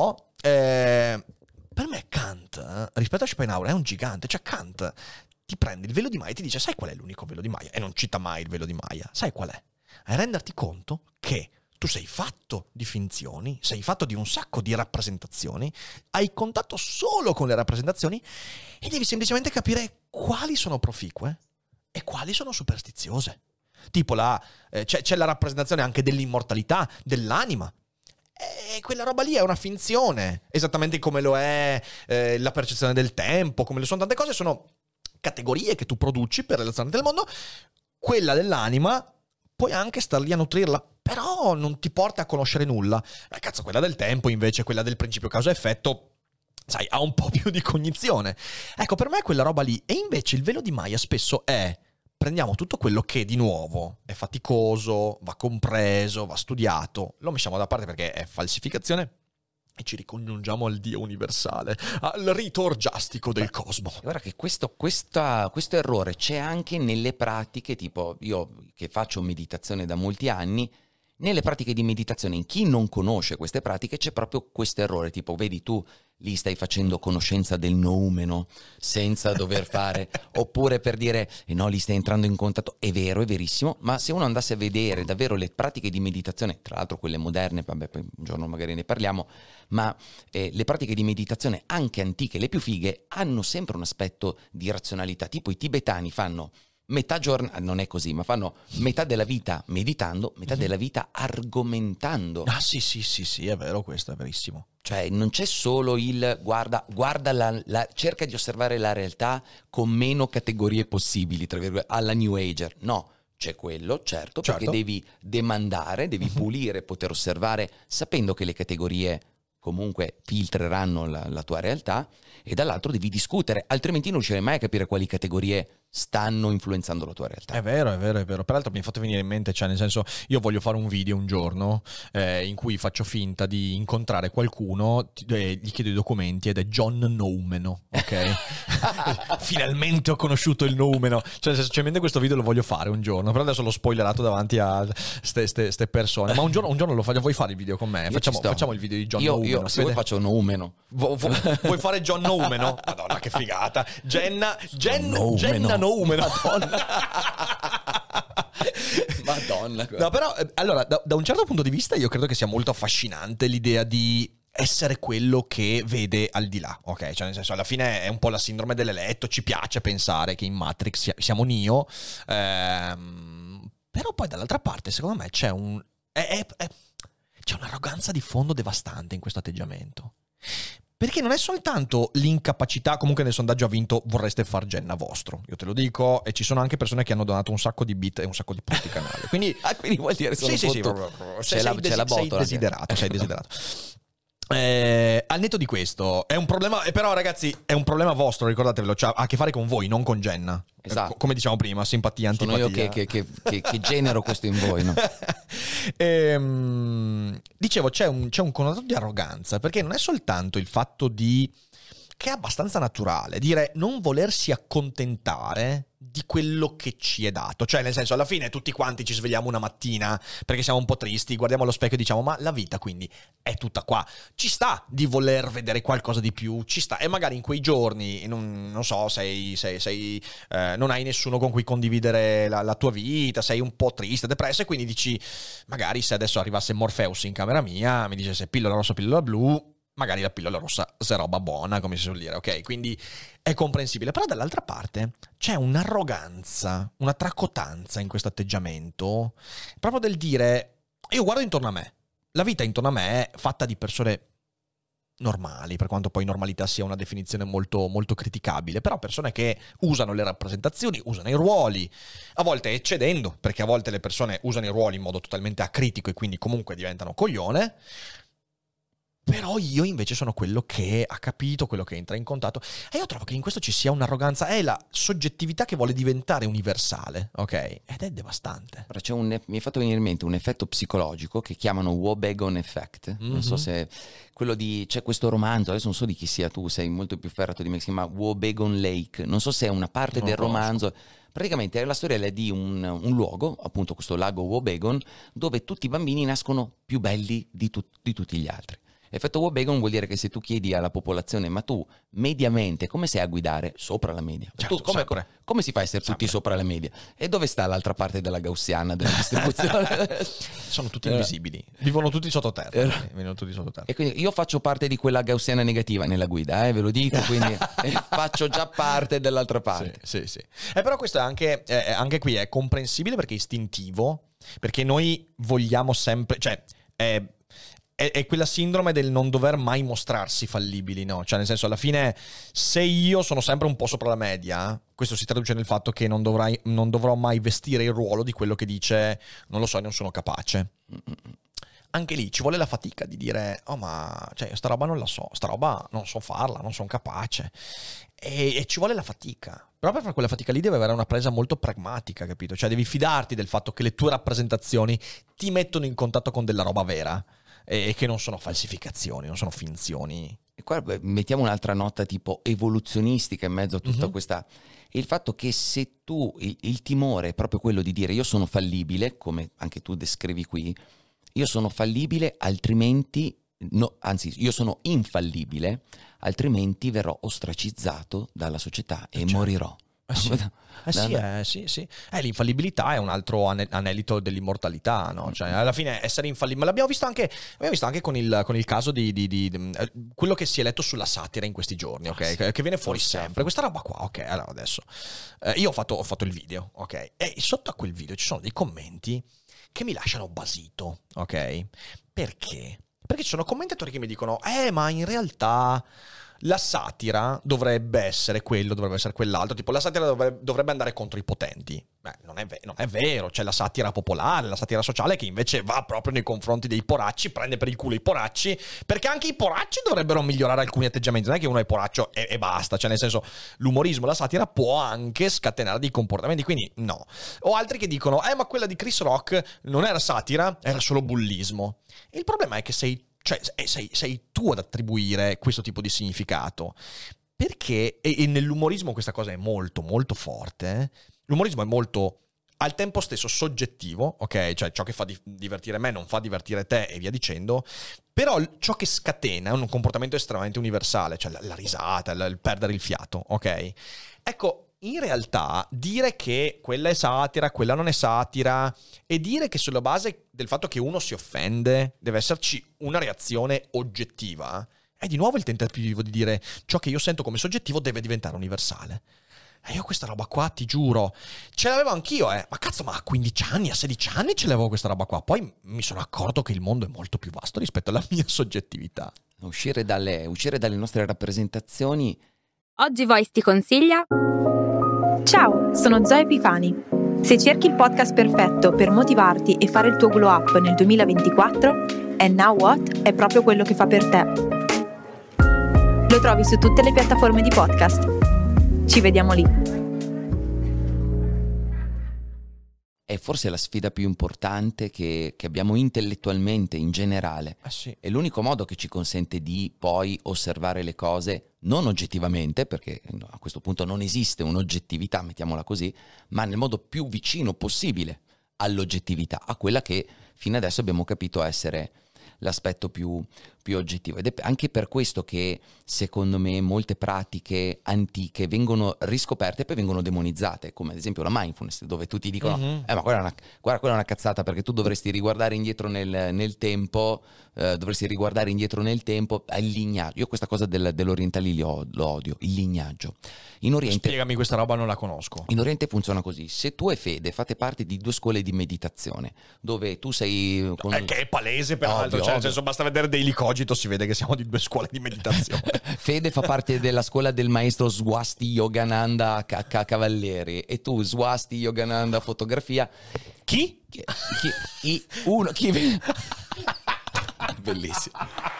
eh, per me Kant, eh, rispetto a Schopenhauer, è un gigante. Cioè Kant ti prende il velo di Maya e ti dice: sai qual è l'unico velo di Maya? E non cita mai il velo di Maya. Sai qual è? È renderti conto che tu sei fatto di finzioni, sei fatto di un sacco di rappresentazioni, hai contatto solo con le rappresentazioni e devi semplicemente capire quali sono proficue e quali sono superstiziose. Tipo la, eh, c'è, c'è la rappresentazione anche dell'immortalità, dell'anima. E quella roba lì è una finzione, esattamente come lo è eh, la percezione del tempo, come lo sono tante cose, sono categorie che tu produci per relazionarti al mondo. Quella dell'anima puoi anche star lì a nutrirla, però non ti porta a conoscere nulla. Eh, cazzo, quella del tempo invece, quella del principio causa-effetto, sai, ha un po' più di cognizione. Ecco, per me è quella roba lì. E invece il velo di Maya spesso è: prendiamo tutto quello che di nuovo è faticoso, va compreso, va studiato, lo mettiamo da parte perché è falsificazione e ci ricongiungiamo al Dio universale, al rito orgiastico del cosmo. Guarda che questo, questa, questo errore c'è anche nelle pratiche, tipo io che faccio meditazione da molti anni, nelle pratiche di meditazione, in chi non conosce queste pratiche c'è proprio questo errore, tipo vedi tu lì stai facendo conoscenza del noumeno senza dover fare, oppure per dire eh no, lì stai entrando in contatto. È vero, è verissimo, ma se uno andasse a vedere davvero le pratiche di meditazione, tra l'altro quelle moderne, vabbè poi un giorno magari ne parliamo, ma eh, le pratiche di meditazione anche antiche, le più fighe, hanno sempre un aspetto di razionalità. Tipo i tibetani fanno metà giornata, non è così, ma fanno metà della vita meditando, metà della vita argomentando. Ah sì sì sì sì, è vero, questo è verissimo. Cioè non c'è solo il guarda, guarda la, la, cerca di osservare la realtà con meno categorie possibili, tra virgolette, alla New Ager. No, c'è quello, certo, certo. perché devi demandare, devi pulire, poter osservare, sapendo che le categorie comunque filtreranno la, la tua realtà, e dall'altro devi discutere, altrimenti non riuscirai mai a capire quali categorie stanno influenzando la tua realtà. È vero, è vero, è vero. Peraltro mi è fatto venire in mente, cioè nel senso, io voglio fare un video un giorno eh, in cui faccio finta di incontrare qualcuno, eh, gli chiedo i documenti ed è John Noumeno, ok? Finalmente ho conosciuto il noumeno. Cioè semplicemente questo video lo voglio fare un giorno, però adesso l'ho spoilerato davanti a ste persone. Ma un giorno, un giorno lo faccio, vuoi fare il video con me? Facciamo, facciamo il video di John io, Noumeno. Io se vuoi faccio noumeno. Vu- vu- vuoi fare John Noumeno? Madonna che figata. Jenna, Jenna, Noumeno. Jenna Noumeno. Madonna. Madonna. No, però, eh, allora, da, da un certo punto di vista io credo che sia molto affascinante l'idea di essere quello che vede al di là, ok? Cioè nel senso, alla fine è un po' la sindrome dell'eletto, ci piace pensare che in Matrix sia, siamo Neo, ehm, però poi dall'altra parte secondo me c'è un è, è, è, c'è un'arroganza di fondo devastante in questo atteggiamento. Perché non è soltanto l'incapacità, comunque nel sondaggio ha vinto vorreste far Jenna vostro, io te lo dico, e ci sono anche persone che hanno donato un sacco di bit e un sacco di punti canale. Quindi, ah, quindi vuol dire sì, sì, sì, c'è, sei, la, sei, c'è la botola. Sei desiderato, sei desiderato. Eh, al netto di questo è un problema, però ragazzi è un problema vostro, ricordatevelo, cioè, ha a che fare con voi, non con Jenna. Esatto. Eh, come diciamo prima, simpatia, antipatia. Sono io che, che, che, che genero questo in voi, no? ehm, dicevo, c'è un, c'è un connotato di arroganza, perché non è soltanto il fatto di, che è abbastanza naturale, dire non volersi accontentare di quello che ci è dato. Cioè nel senso, alla fine tutti quanti ci svegliamo una mattina perché siamo un po' tristi, guardiamo allo specchio e diciamo ma la vita quindi è tutta qua. Ci sta di voler vedere qualcosa di più, ci sta, e magari in quei giorni non, non so, sei, sei, sei eh, non hai nessuno con cui condividere la, la tua vita, sei un po' triste, depresso, e quindi dici magari se adesso arrivasse Morpheus in camera mia, mi dicesse pillola rossa, pillola blu, magari la pillola rossa è roba buona, come si suol dire, ok? Quindi è comprensibile. Però dall'altra parte c'è un'arroganza, una tracotanza in questo atteggiamento, proprio del dire, io guardo intorno a me, la vita intorno a me è fatta di persone normali, per quanto poi normalità sia una definizione molto, molto criticabile, però persone che usano le rappresentazioni, usano i ruoli, a volte eccedendo, perché a volte le persone usano i ruoli in modo totalmente acritico e quindi comunque diventano coglione. Però io invece sono quello che ha capito, quello che entra in contatto, e io trovo che in questo ci sia un'arroganza, è la soggettività che vuole diventare universale, ok? Ed è devastante. C'è un, mi è fatto venire in mente un effetto psicologico che chiamano Wobegon Effect, mm-hmm. Non so se quello di, c'è questo romanzo, adesso non so di chi sia, tu sei molto più ferrato di me, si chiama Wobegon Lake, non so se è una parte non del romanzo. Praticamente è la storia di un, un luogo, appunto questo lago Wobegon, dove tutti i bambini nascono più belli di, tu, di tutti gli altri. Effetto Wobegon vuol dire che se tu chiedi alla popolazione, ma tu mediamente come sei a guidare? Sopra la media. Certo, tu come, sempre. come si fa a essere tutti Sempre. sopra la media? E dove sta l'altra parte della gaussiana della distribuzione? Sono tutti invisibili, vivono tutti sottoterra. Vivono tutti sottoterra. E quindi io faccio parte di quella gaussiana negativa nella guida, eh, ve lo dico, quindi faccio già parte dell'altra parte. Sì, sì, sì. Eh, però questo è anche, eh, anche qui è comprensibile perché è istintivo, perché noi vogliamo sempre, cioè è, è, è quella sindrome del non dover mai mostrarsi fallibili, no? Cioè nel senso, alla fine, se io sono sempre un po' sopra la media, questo si traduce nel fatto che non, dovrai, non dovrò mai vestire il ruolo di quello che dice non lo so, non sono capace. Anche lì ci vuole la fatica di dire oh ma cioè sta roba non la so, sta roba non so farla, non sono capace, e, e ci vuole la fatica. Però per quella fatica lì deve avere una presa molto pragmatica, capito? Cioè devi fidarti del fatto che le tue rappresentazioni ti mettono in contatto con della roba vera e, e che non sono falsificazioni, non sono finzioni. E qua beh, mettiamo un'altra nota tipo evoluzionistica in mezzo a tutta Mm-hmm. questa... Il fatto che se tu, il, il timore è proprio quello di dire io sono fallibile, come anche tu descrivi qui, io sono fallibile, altrimenti, no, anzi, io sono infallibile, altrimenti verrò ostracizzato dalla società e Certo. morirò. Eh sì, eh sì, eh, sì, sì. Eh, l'infallibilità è un altro ane- anelito dell'immortalità, no? Cioè, alla fine essere infallibili. Ma l'abbiamo visto anche, l'abbiamo visto anche con, il, con il caso di, di, di, di eh, quello che si è letto sulla satira in questi giorni, ok? Ah, sì. che, che viene fuori Forse. sempre. Questa roba qua, ok? Allora adesso eh, io ho fatto, ho fatto il video, ok? E sotto a quel video ci sono dei commenti che mi lasciano basito, ok? Perché? Perché ci sono commentatori che mi dicono eh, ma in realtà la satira dovrebbe essere quello, dovrebbe essere quell'altro. Tipo, la satira dovrebbe, dovrebbe andare contro i potenti. Beh, non è, ve- non è vero. C'è la satira popolare, la satira sociale, che invece va proprio nei confronti dei poracci, prende per il culo i poracci, perché anche i poracci dovrebbero migliorare alcuni atteggiamenti. Non è che uno è poraccio e, e basta. Cioè, nel senso, l'umorismo, la satira può anche scatenare dei comportamenti. Quindi, no. O altri che dicono, eh, ma quella di Chris Rock non era satira, era solo bullismo. E il problema è che sei Cioè sei, sei tu ad attribuire questo tipo di significato, perché e, e nell'umorismo questa cosa è molto molto forte. eh. L'umorismo è molto al tempo stesso soggettivo, ok? Cioè ciò che fa di- divertire me non fa divertire te e via dicendo, però l- ciò che scatena è un comportamento estremamente universale, cioè la, la risata, il, il perdere il fiato, ok? Ecco, in realtà dire che quella è satira, quella non è satira, e dire che sulla base del fatto che uno si offende deve esserci una reazione oggettiva, è di nuovo il tentativo di dire ciò che io sento come soggettivo deve diventare universale. E io questa roba qua, ti giuro, ce l'avevo anch'io, eh. Ma cazzo, ma a quindici anni, a sedici anni ce l'avevo questa roba qua. Poi mi sono accorto che il mondo è molto più vasto rispetto alla mia soggettività. Uscire dalle, uscire dalle nostre rappresentazioni. Oggi Voice ti consiglia... Ciao, sono Zoe Epifani. Se cerchi il podcast perfetto per motivarti e fare il tuo glow up nel duemilaventiquattro, And Now What è proprio quello che fa per te. Lo trovi su tutte le piattaforme di podcast. Ci vediamo lì. È forse la sfida più importante che, che abbiamo intellettualmente in generale. Ah sì. È l'unico modo che ci consente di poi osservare le cose non oggettivamente, perché a questo punto non esiste un'oggettività, mettiamola così, ma nel modo più vicino possibile all'oggettività, a quella che fino adesso abbiamo capito essere l'aspetto più, più oggettivo. Ed è anche per questo che secondo me molte pratiche antiche vengono riscoperte e poi vengono demonizzate, come ad esempio la mindfulness, dove tutti dicono Mm-hmm. eh ma quella è una, guarda, quella è una cazzata, perché tu dovresti riguardare indietro nel, nel tempo, eh, dovresti riguardare indietro nel tempo il lignaggio. Io questa cosa del, dell'orientalismo lo odio, il lignaggio. In Oriente, Spiegami, questa roba non la conosco. in Oriente funziona così: se tu e Fede fate parte di due scuole di meditazione, dove tu sei con... È che è palese peraltro, Ovvio, cioè nel ovvio. senso basta vedere Daily Cogito, si vede che siamo di due scuole di meditazione. Fede fa parte della scuola del maestro Swasti Yogananda K- K- Cavalleri, e tu Swasti Yogananda fotografia. Chi? Chi, chi, i- uno, chi... Bellissimo.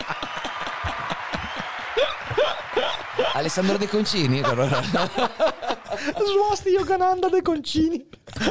Alessandro De Concini. Swasti Yogananda De Concini.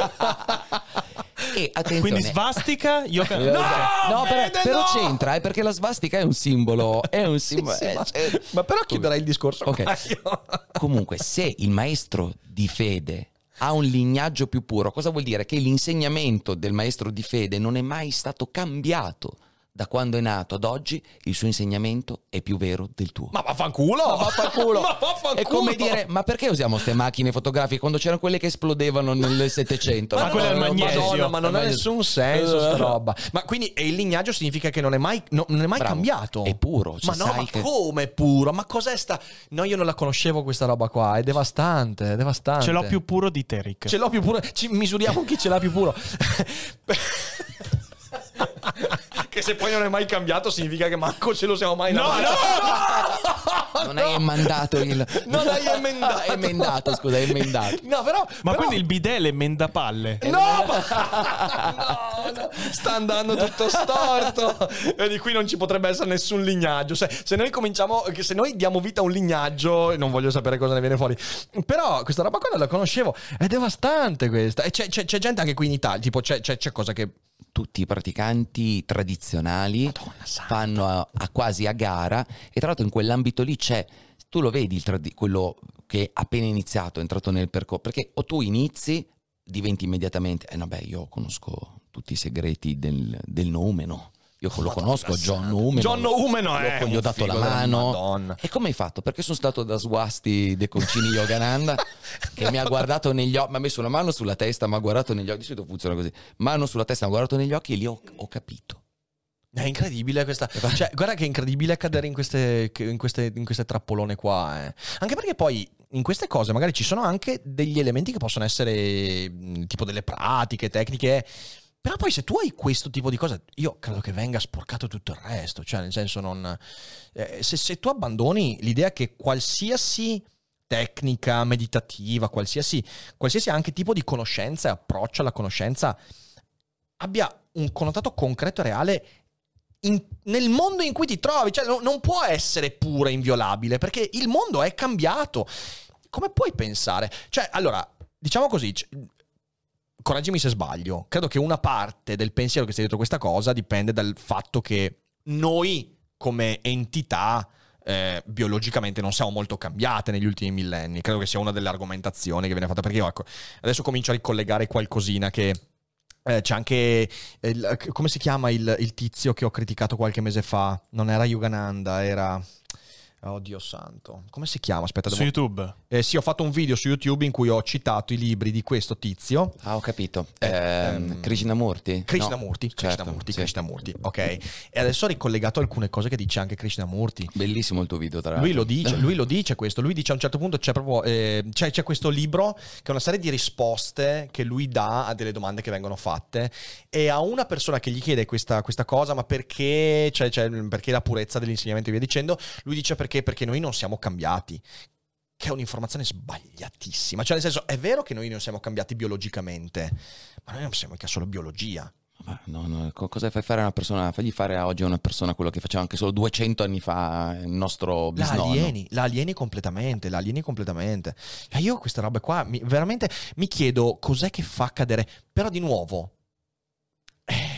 E attenzione. Quindi svastica, io No, no, però, Fede, però no! c'entra, eh, perché la svastica è un simbolo, è un simbolo. Sì, eh, ma, cioè- ma però chiuderai il discorso. Ok. qua io. Comunque, se il maestro di fede ha un lignaggio più puro, cosa vuol dire? Che l'insegnamento del maestro di fede non è mai stato cambiato da quando è nato ad oggi il suo insegnamento è più vero del tuo. Ma vaffanculo! Ma vaffanculo! Ma vaffanculo! È come dire, ma perché usiamo ste macchine fotografiche quando c'erano quelle che esplodevano nel Settecento? Ma quello è il magnesio. Madonna, ma non ha nessun senso sta roba. Ma quindi e il lignaggio significa che non è mai, no, non è mai Bravo. cambiato. È puro. Cioè, Ma no, sai ma che... come puro? Ma cos'è sta... No, io non la conoscevo questa roba qua. È devastante, è devastante. Ce l'ho più puro di te, Rick. Ce l'ho più puro. Ci misuriamo chi ce l'ha più puro. Che se poi non è mai cambiato significa che manco ce lo siamo mai No, davanti. no! Non hai emendato il... Non hai emendato. emendato, scusa, hai emendato. No, però... Ma però... quindi il bidet le mendapalle? No, ma... no, no, sta andando tutto storto. E di qui non ci potrebbe essere nessun lignaggio. Se, se noi cominciamo, se noi diamo vita a un lignaggio, non voglio sapere cosa ne viene fuori. Però questa roba qua non la conoscevo. È devastante questa. E c'è, c'è, c'è gente anche qui in Italia. Tipo, c'è, c'è, c'è cosa che... Tutti i praticanti tradizionali fanno a, a quasi a gara, e tra l'altro in quell'ambito lì c'è, tu lo vedi il tradi- quello che appena iniziato è entrato nel percorso, perché o tu inizi diventi immediatamente eh no beh io conosco tutti i segreti del, del noumeno, io lo Madonna conosco santa. John Noumeno, John Noumeno è gli ho un dato la figo della mano. Madonna. E come hai fatto? Perché sono stato da Swasti De Concini Yogananda che mi ha guardato negli occhi, mi ha messo una mano sulla testa, mi ha guardato negli occhi, di solito funziona così, mano sulla testa, mi ha guardato negli occhi e lì ho, ho capito. È incredibile questa. Cioè, guarda che è incredibile cadere in queste, in queste, in queste trappolone qua. Eh. Anche perché poi in queste cose magari ci sono anche degli elementi che possono essere mh, tipo delle pratiche, tecniche. Però poi se tu hai questo tipo di cose, io credo che venga sporcato tutto il resto. Cioè, nel senso, non. Eh, se, se tu abbandoni l'idea che qualsiasi tecnica meditativa, qualsiasi, qualsiasi anche tipo di conoscenza e approccio alla conoscenza abbia un connotato concreto e reale. In, nel mondo in cui ti trovi, cioè no, non può essere pura e inviolabile perché il mondo è cambiato. Come puoi pensare? Cioè, allora, diciamo così, c- correggimi se sbaglio, credo che una parte del pensiero che sta dietro questa cosa dipende dal fatto che noi come entità eh, biologicamente non siamo molto cambiate negli ultimi millenni. Credo che sia una delle argomentazioni che viene fatta, perché io ecco, adesso comincio a ricollegare qualcosina che Eh, c'è anche il, come si chiama il, il tizio che ho criticato qualche mese fa? Non era Yogananda, era oddio santo, come si chiama? Aspetta, Su devo... YouTube? Eh, sì, ho fatto un video su YouTube in cui ho citato i libri di questo tizio. Ah, ho capito. Eh, Eh, ehm, Krishnamurti? Krishnamurti, No, certo, Krishnamurti, sì. Krishnamurti, ok. E adesso ho ricollegato alcune cose che dice anche Krishnamurti. Bellissimo il tuo video, tra l'altro. Lui lo dice, lui lo dice questo. Lui dice a un certo punto c'è proprio eh, c'è, c'è questo libro che è una serie di risposte che lui dà a delle domande che vengono fatte, e a una persona che gli chiede questa, questa cosa, ma perché, cioè, cioè, perché la purezza dell'insegnamento e via dicendo, lui dice perché, perché noi non siamo cambiati. Che è un'informazione sbagliatissima. Cioè, nel senso, è vero che noi non siamo cambiati biologicamente, ma noi non siamo mica solo biologia. Ma no, no, co- cosa fai fare a una persona? Fagli fare a oggi a una persona quello che faceva anche solo duecento anni fa il nostro La bisnonno. alieni, la alieni completamente, la alieni completamente. Ma io queste robe qua, mi, veramente mi chiedo cos'è che fa cadere. Però di nuovo, eh,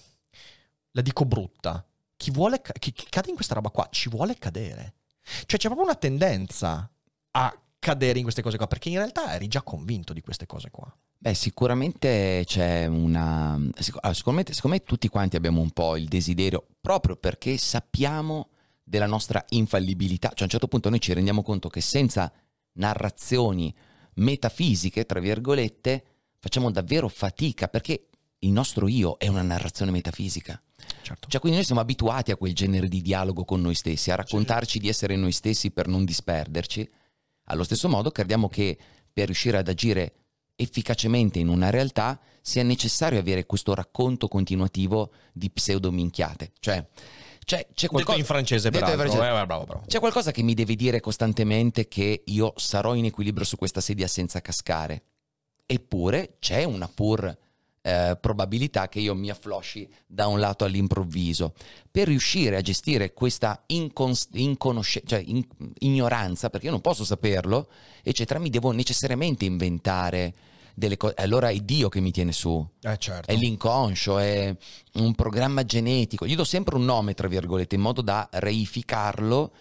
la dico brutta, chi vuole ca- chi, chi cade in questa roba qua ci vuole cadere. Cioè c'è proprio una tendenza a cadere in queste cose qua, perché in realtà eri già convinto di queste cose qua. Beh, sicuramente c'è una... sic- allora, sicuramente, secondo me tutti quanti abbiamo un po' il desiderio, proprio perché sappiamo della nostra infallibilità. Cioè a un certo punto noi ci rendiamo conto che senza narrazioni metafisiche, tra virgolette, facciamo davvero fatica, perché il nostro io è una narrazione metafisica. Certo. Cioè, quindi noi siamo abituati a quel genere di dialogo con noi stessi, a raccontarci di essere noi stessi per non disperderci. Allo stesso modo crediamo che per riuscire ad agire efficacemente in una realtà sia necessario avere questo racconto continuativo di pseudominchiate. Cioè, c'è, c'è qualcosa... Detto in francese, Detto in peraltro. francese. Eh, bravo, bravo. C'è qualcosa che mi deve dire costantemente che io sarò in equilibrio su questa sedia senza cascare. Eppure c'è una pur eh, probabilità che io mi afflosci da un lato all'improvviso. Per riuscire a gestire questa incons- inconosce- cioè in- ignoranza, perché io non posso saperlo, eccetera, mi devo necessariamente inventare delle cose. Allora è Dio che mi tiene su. Eh, certo. È l'inconscio, è un programma genetico. Gli do sempre un nome, tra virgolette, in modo da reificarlo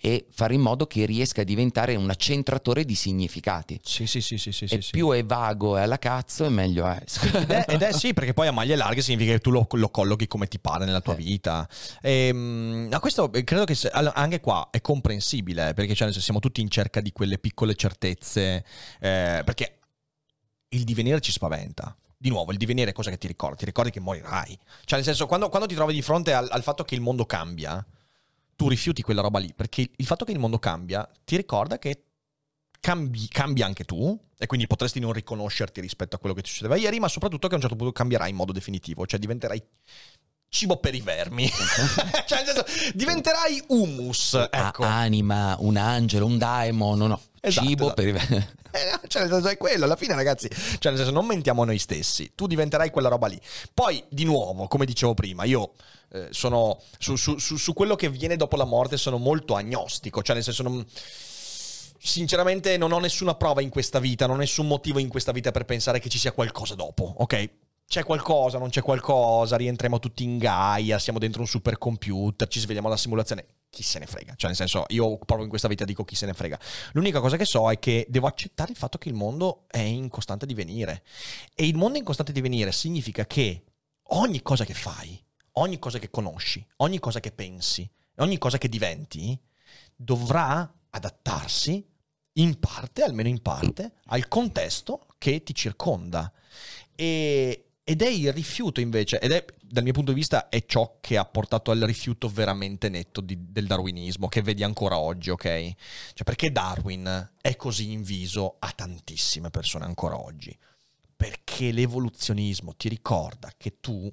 e fare in modo che riesca a diventare un accentratore di significati. Sì, sì, sì, sì, sì, e sì, più sì. è vago e alla cazzo e meglio è. Ed è, ed è sì, perché poi a maglie larghe significa che tu lo, lo collochi come ti pare nella tua Eh. vita. E, ma questo credo che se, anche qua è comprensibile, perché cioè, siamo tutti in cerca di quelle piccole certezze, eh, perché il divenire ci spaventa. Di nuovo, il divenire è cosa che ti ricordi? Ti ricordi che morirai. Cioè, nel senso, quando, quando ti trovi di fronte al, al fatto che il mondo cambia, tu rifiuti quella roba lì, perché il fatto che il mondo cambia ti ricorda che cambi, cambia anche tu, e quindi potresti non riconoscerti rispetto a quello che ti succedeva ieri, ma soprattutto che a un certo punto cambierai in modo definitivo, cioè diventerai cibo per i vermi. Cioè, nel senso, diventerai humus, ecco. A- anima, un angelo, un daemon, no, no. Esatto, cibo esatto. per i vermi. Eh, cioè, nel senso, è quello, alla fine, ragazzi, cioè, nel senso, non mentiamo a noi stessi, tu diventerai quella roba lì. Poi, di nuovo, come dicevo prima, io eh, sono su, su, su, su quello che viene dopo la morte sono molto agnostico, cioè nel senso non... Sinceramente non ho nessuna prova in questa vita, non ho nessun motivo in questa vita per pensare che ci sia qualcosa dopo, ok? C'è qualcosa, non c'è qualcosa, rientriamo tutti in Gaia, siamo dentro un supercomputer, ci svegliamo dalla simulazione, chi se ne frega, cioè nel senso, io proprio in questa vita dico chi se ne frega. L'unica cosa che so è che devo accettare il fatto che il mondo è in costante divenire, e il mondo in costante divenire significa che ogni cosa che fai, ogni cosa che conosci, ogni cosa che pensi, ogni cosa che diventi, dovrà adattarsi in parte, almeno in parte, al contesto che ti circonda. E, ed è il rifiuto invece, ed è dal mio punto di vista è ciò che ha portato al rifiuto veramente netto di, del darwinismo, che vedi ancora oggi, ok? Cioè, perché Darwin è così inviso a tantissime persone ancora oggi? Perché l'evoluzionismo ti ricorda che tu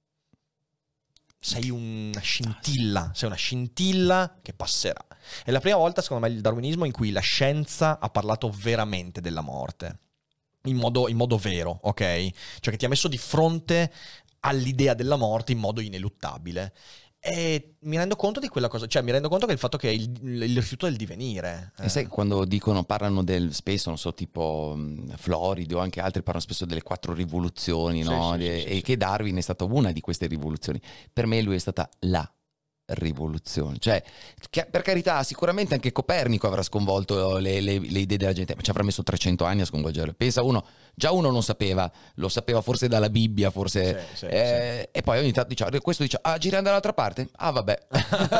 sei una scintilla, sei una scintilla che passerà. È la prima volta, secondo me, il darwinismo in cui la scienza ha parlato veramente della morte. In modo, in modo vero, ok? Cioè che ti ha messo di fronte all'idea della morte in modo ineluttabile. E mi rendo conto di quella cosa, cioè mi rendo conto che il fatto che è il, il rifiuto del divenire. E sai, quando dicono, parlano del, spesso, non so, tipo mh, Floridi o anche altri parlano spesso delle quattro rivoluzioni, no? Sì, sì, De- sì, e sì. che Darwin è stata una di queste rivoluzioni. Per me lui è stata la rivoluzione, cioè che, per carità, sicuramente anche Copernico avrà sconvolto le, le, le idee della gente, ma ci avrà messo trecento anni a sconvolgerle. Pensa, uno già uno non sapeva, lo sapeva forse dalla Bibbia, forse Sì, sì, eh, e poi ogni tanto dice, questo dice, ah, girando dall'altra parte, ah vabbè.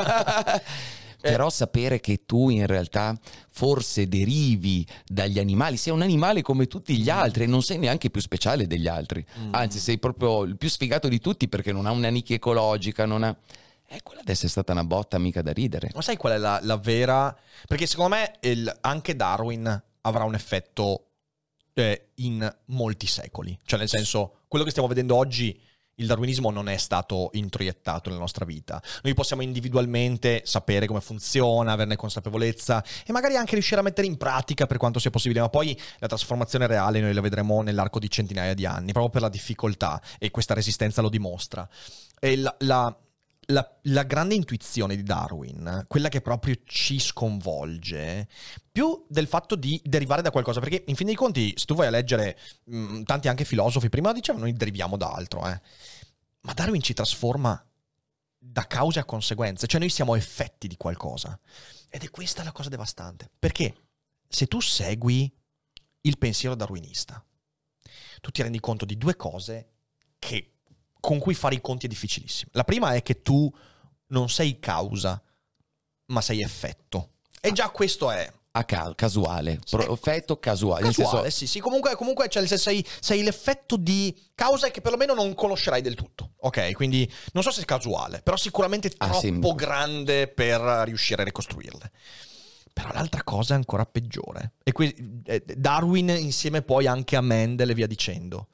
Però sapere che tu in realtà forse derivi dagli animali, sei un animale come tutti gli altri e non sei neanche più speciale degli altri, Mm. anzi sei proprio il più sfigato di tutti perché non ha una nicchia ecologica, non ha... Eh, quella adesso è stata una botta mica da ridere. Ma sai qual è la, la vera... Perché secondo me il, anche Darwin avrà un effetto eh, in molti secoli. Cioè nel senso, quello che stiamo vedendo oggi, il darwinismo non è stato introiettato nella nostra vita. Noi possiamo individualmente sapere come funziona, averne consapevolezza e magari anche riuscire a mettere in pratica per quanto sia possibile, ma poi la trasformazione reale noi la vedremo nell'arco di centinaia di anni, proprio per la difficoltà, e questa resistenza lo dimostra. E la... la La, la grande intuizione di Darwin, quella che proprio ci sconvolge, più del fatto di derivare da qualcosa, perché in fin dei conti, se tu vai a leggere mh, tanti anche filosofi, prima dicevano noi deriviamo da altro, eh. Ma Darwin ci trasforma da cause a conseguenze, cioè noi siamo effetti di qualcosa. Ed è questa la cosa devastante, perché se tu segui il pensiero darwinista, tu ti rendi conto di due cose che con cui fare i conti è difficilissimo. La prima è che tu non sei causa, ma sei effetto. E già questo è... A ca- casuale, Sì. pro- effetto casuale. nel Casuale, senso, sì, sì. Comunque, comunque cioè, sei, sei l'effetto di cause che perlomeno non conoscerai del tutto. Ok, quindi non so se è casuale, però sicuramente Ah, troppo sì. grande per riuscire a ricostruirle. Però l'altra cosa è ancora peggiore. E que- eh, Darwin insieme poi anche a Mendel e via dicendo,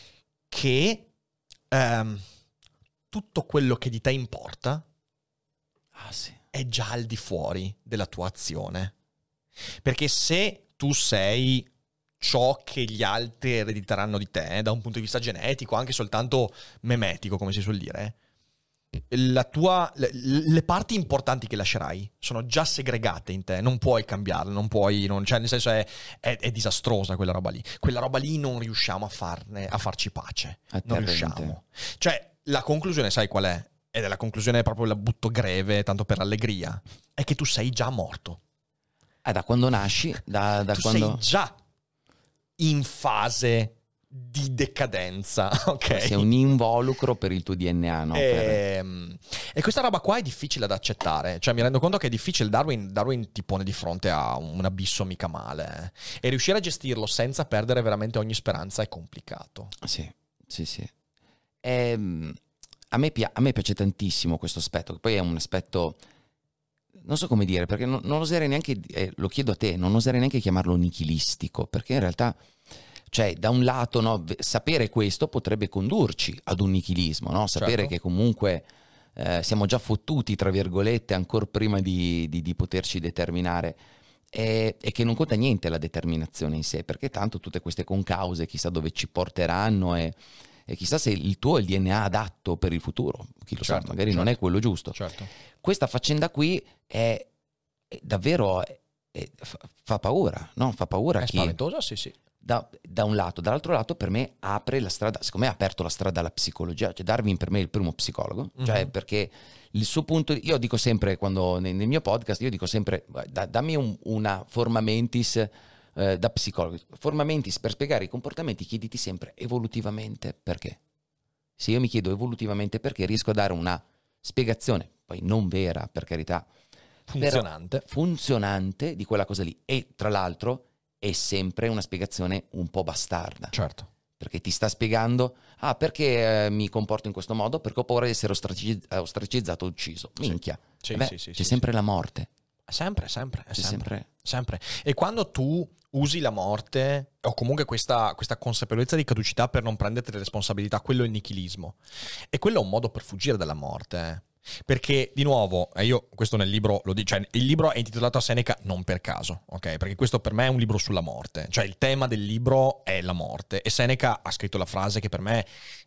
che ehm, tutto quello che di te importa ah, sì. è già al di fuori della tua azione. Perché se tu sei ciò che gli altri erediteranno di te, da un punto di vista genetico, anche soltanto memetico, come si suol dire, la tua, le, le parti importanti che lascerai sono già segregate in te, non puoi cambiarle, non puoi, non, cioè nel senso è, è, è disastrosa quella roba lì. Quella roba lì non riusciamo a farne, a farci pace. Non Atterrente. riusciamo. Cioè, la conclusione, sai qual è? ed è la conclusione, proprio la butto greve, tanto per allegria, è che tu sei già morto. Eh, da quando nasci, da, da tu quando... sei già in fase di decadenza, ok? Sei un involucro per il tuo D N A, no? E, e questa roba qua è difficile da accettare. Cioè, mi rendo conto che è difficile. Darwin, Darwin ti pone di fronte a un abisso mica male. Eh. E riuscire a gestirlo senza perdere veramente ogni speranza è complicato. Sì, sì, sì. E, a, me pia- a me piace tantissimo questo aspetto, che poi è un aspetto... Non so come dire, perché non, non oserei neanche... Eh, lo chiedo a te, non oserei neanche chiamarlo nichilistico, perché in realtà... Cioè, da un lato, no, sapere questo potrebbe condurci ad un nichilismo, no? Sapere certo. che comunque eh, siamo già fottuti, tra virgolette, ancora prima di, di, di poterci determinare, e, e che non conta niente la determinazione in sé, perché tanto tutte queste concause chissà dove ci porteranno e, e chissà se il tuo è il D N A adatto per il futuro, chi lo certo, sa, magari certo. non è quello giusto. Certo. Questa faccenda qui è, è davvero... È, è, fa, fa paura, no? Fa paura È chi... spaventosa, sì, sì. Da, da un lato, dall'altro lato per me apre la strada, secondo me ha aperto la strada alla psicologia, cioè Darwin per me è il primo psicologo, mm-hmm. cioè perché il suo punto, io dico sempre quando nel, nel mio podcast, io dico sempre da, dammi un, una forma mentis eh, da psicologo, forma mentis per spiegare i comportamenti, chiediti sempre evolutivamente perché. Se io mi chiedo evolutivamente perché, riesco a dare una spiegazione, poi non vera per carità, funzionante, funzionante di quella cosa lì, e tra l'altro è sempre una spiegazione un po' bastarda. Certo. Perché ti sta spiegando, ah, perché eh, mi comporto in questo modo? Perché ho paura di essere ostraciz- ostracizzato o ucciso. Minchia. Sì, Beh, sì, sì, c'è sì, sempre sì. la morte. Sempre, sempre, è C'è sempre, sempre. sempre. E quando tu usi la morte, o comunque questa, questa consapevolezza di caducità per non prenderti le responsabilità, quello è il nichilismo. E quello è un modo per fuggire dalla morte, eh. Perché di nuovo, e io questo nel libro lo dico, cioè il libro è intitolato a Seneca non per caso, ok? Perché questo per me è un libro sulla morte, cioè il tema del libro è la morte, e Seneca ha scritto la frase che per me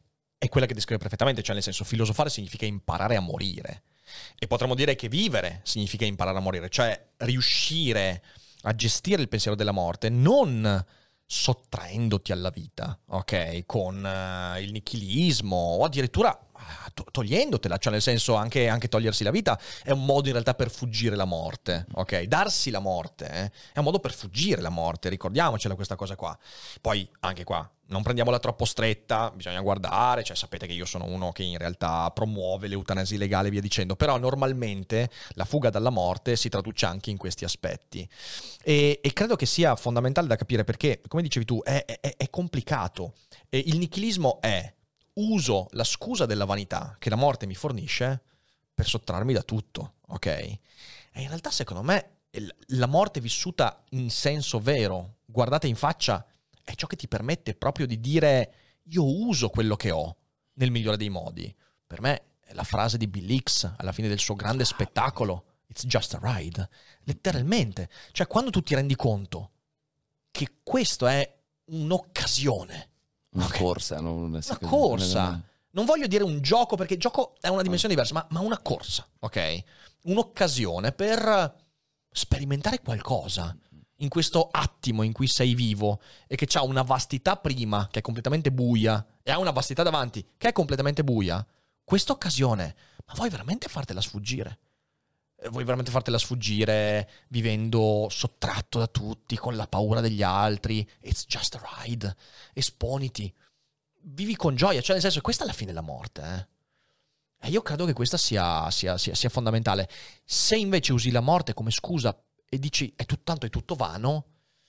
è quella che descrive perfettamente, cioè nel senso, filosofare significa imparare a morire, e potremmo dire che vivere significa imparare a morire, cioè riuscire a gestire il pensiero della morte non sottraendoti alla vita, ok? Con uh, il nichilismo o addirittura to- togliendotela, cioè nel senso anche, anche togliersi la vita è un modo in realtà per fuggire la morte, ok? Darsi la morte eh? è un modo per fuggire la morte, ricordiamocela questa cosa qua. Poi anche qua non prendiamola troppo stretta, bisogna guardare, cioè sapete che io sono uno che in realtà promuove l'eutanasia legale e via dicendo, però normalmente la fuga dalla morte si traduce anche in questi aspetti e, e credo che sia fondamentale da capire perché, come dicevi tu, è, è, è complicato. E il nichilismo è uso la scusa della vanità che la morte mi fornisce per sottrarmi da tutto, ok? E in realtà secondo me la morte vissuta in senso vero, guardate in faccia, è ciò che ti permette proprio di dire io uso quello che ho nel migliore dei modi. Per me è la frase di Bill Hicks alla fine del suo grande spettacolo, it's just a ride, letteralmente. Cioè quando tu ti rendi conto che questo è un'occasione, una okay? corsa, non una, una corsa. Una... Non voglio dire un gioco perché il gioco è una dimensione diversa, ma, ma una corsa, ok? Un'occasione per sperimentare qualcosa in questo attimo in cui sei vivo e che c'ha una vastità prima che è completamente buia e ha una vastità davanti che è completamente buia. Questa occasione, ma vuoi veramente fartela sfuggire? Vuoi veramente fartela sfuggire vivendo sottratto da tutti, con la paura degli altri? It's just a ride. Esponiti. Vivi con gioia. Cioè, nel senso, questa è la fine della morte, eh? E io credo che questa sia, sia, sia, sia fondamentale. Se invece usi la morte come scusa e dici è tutto, tanto è tutto vano,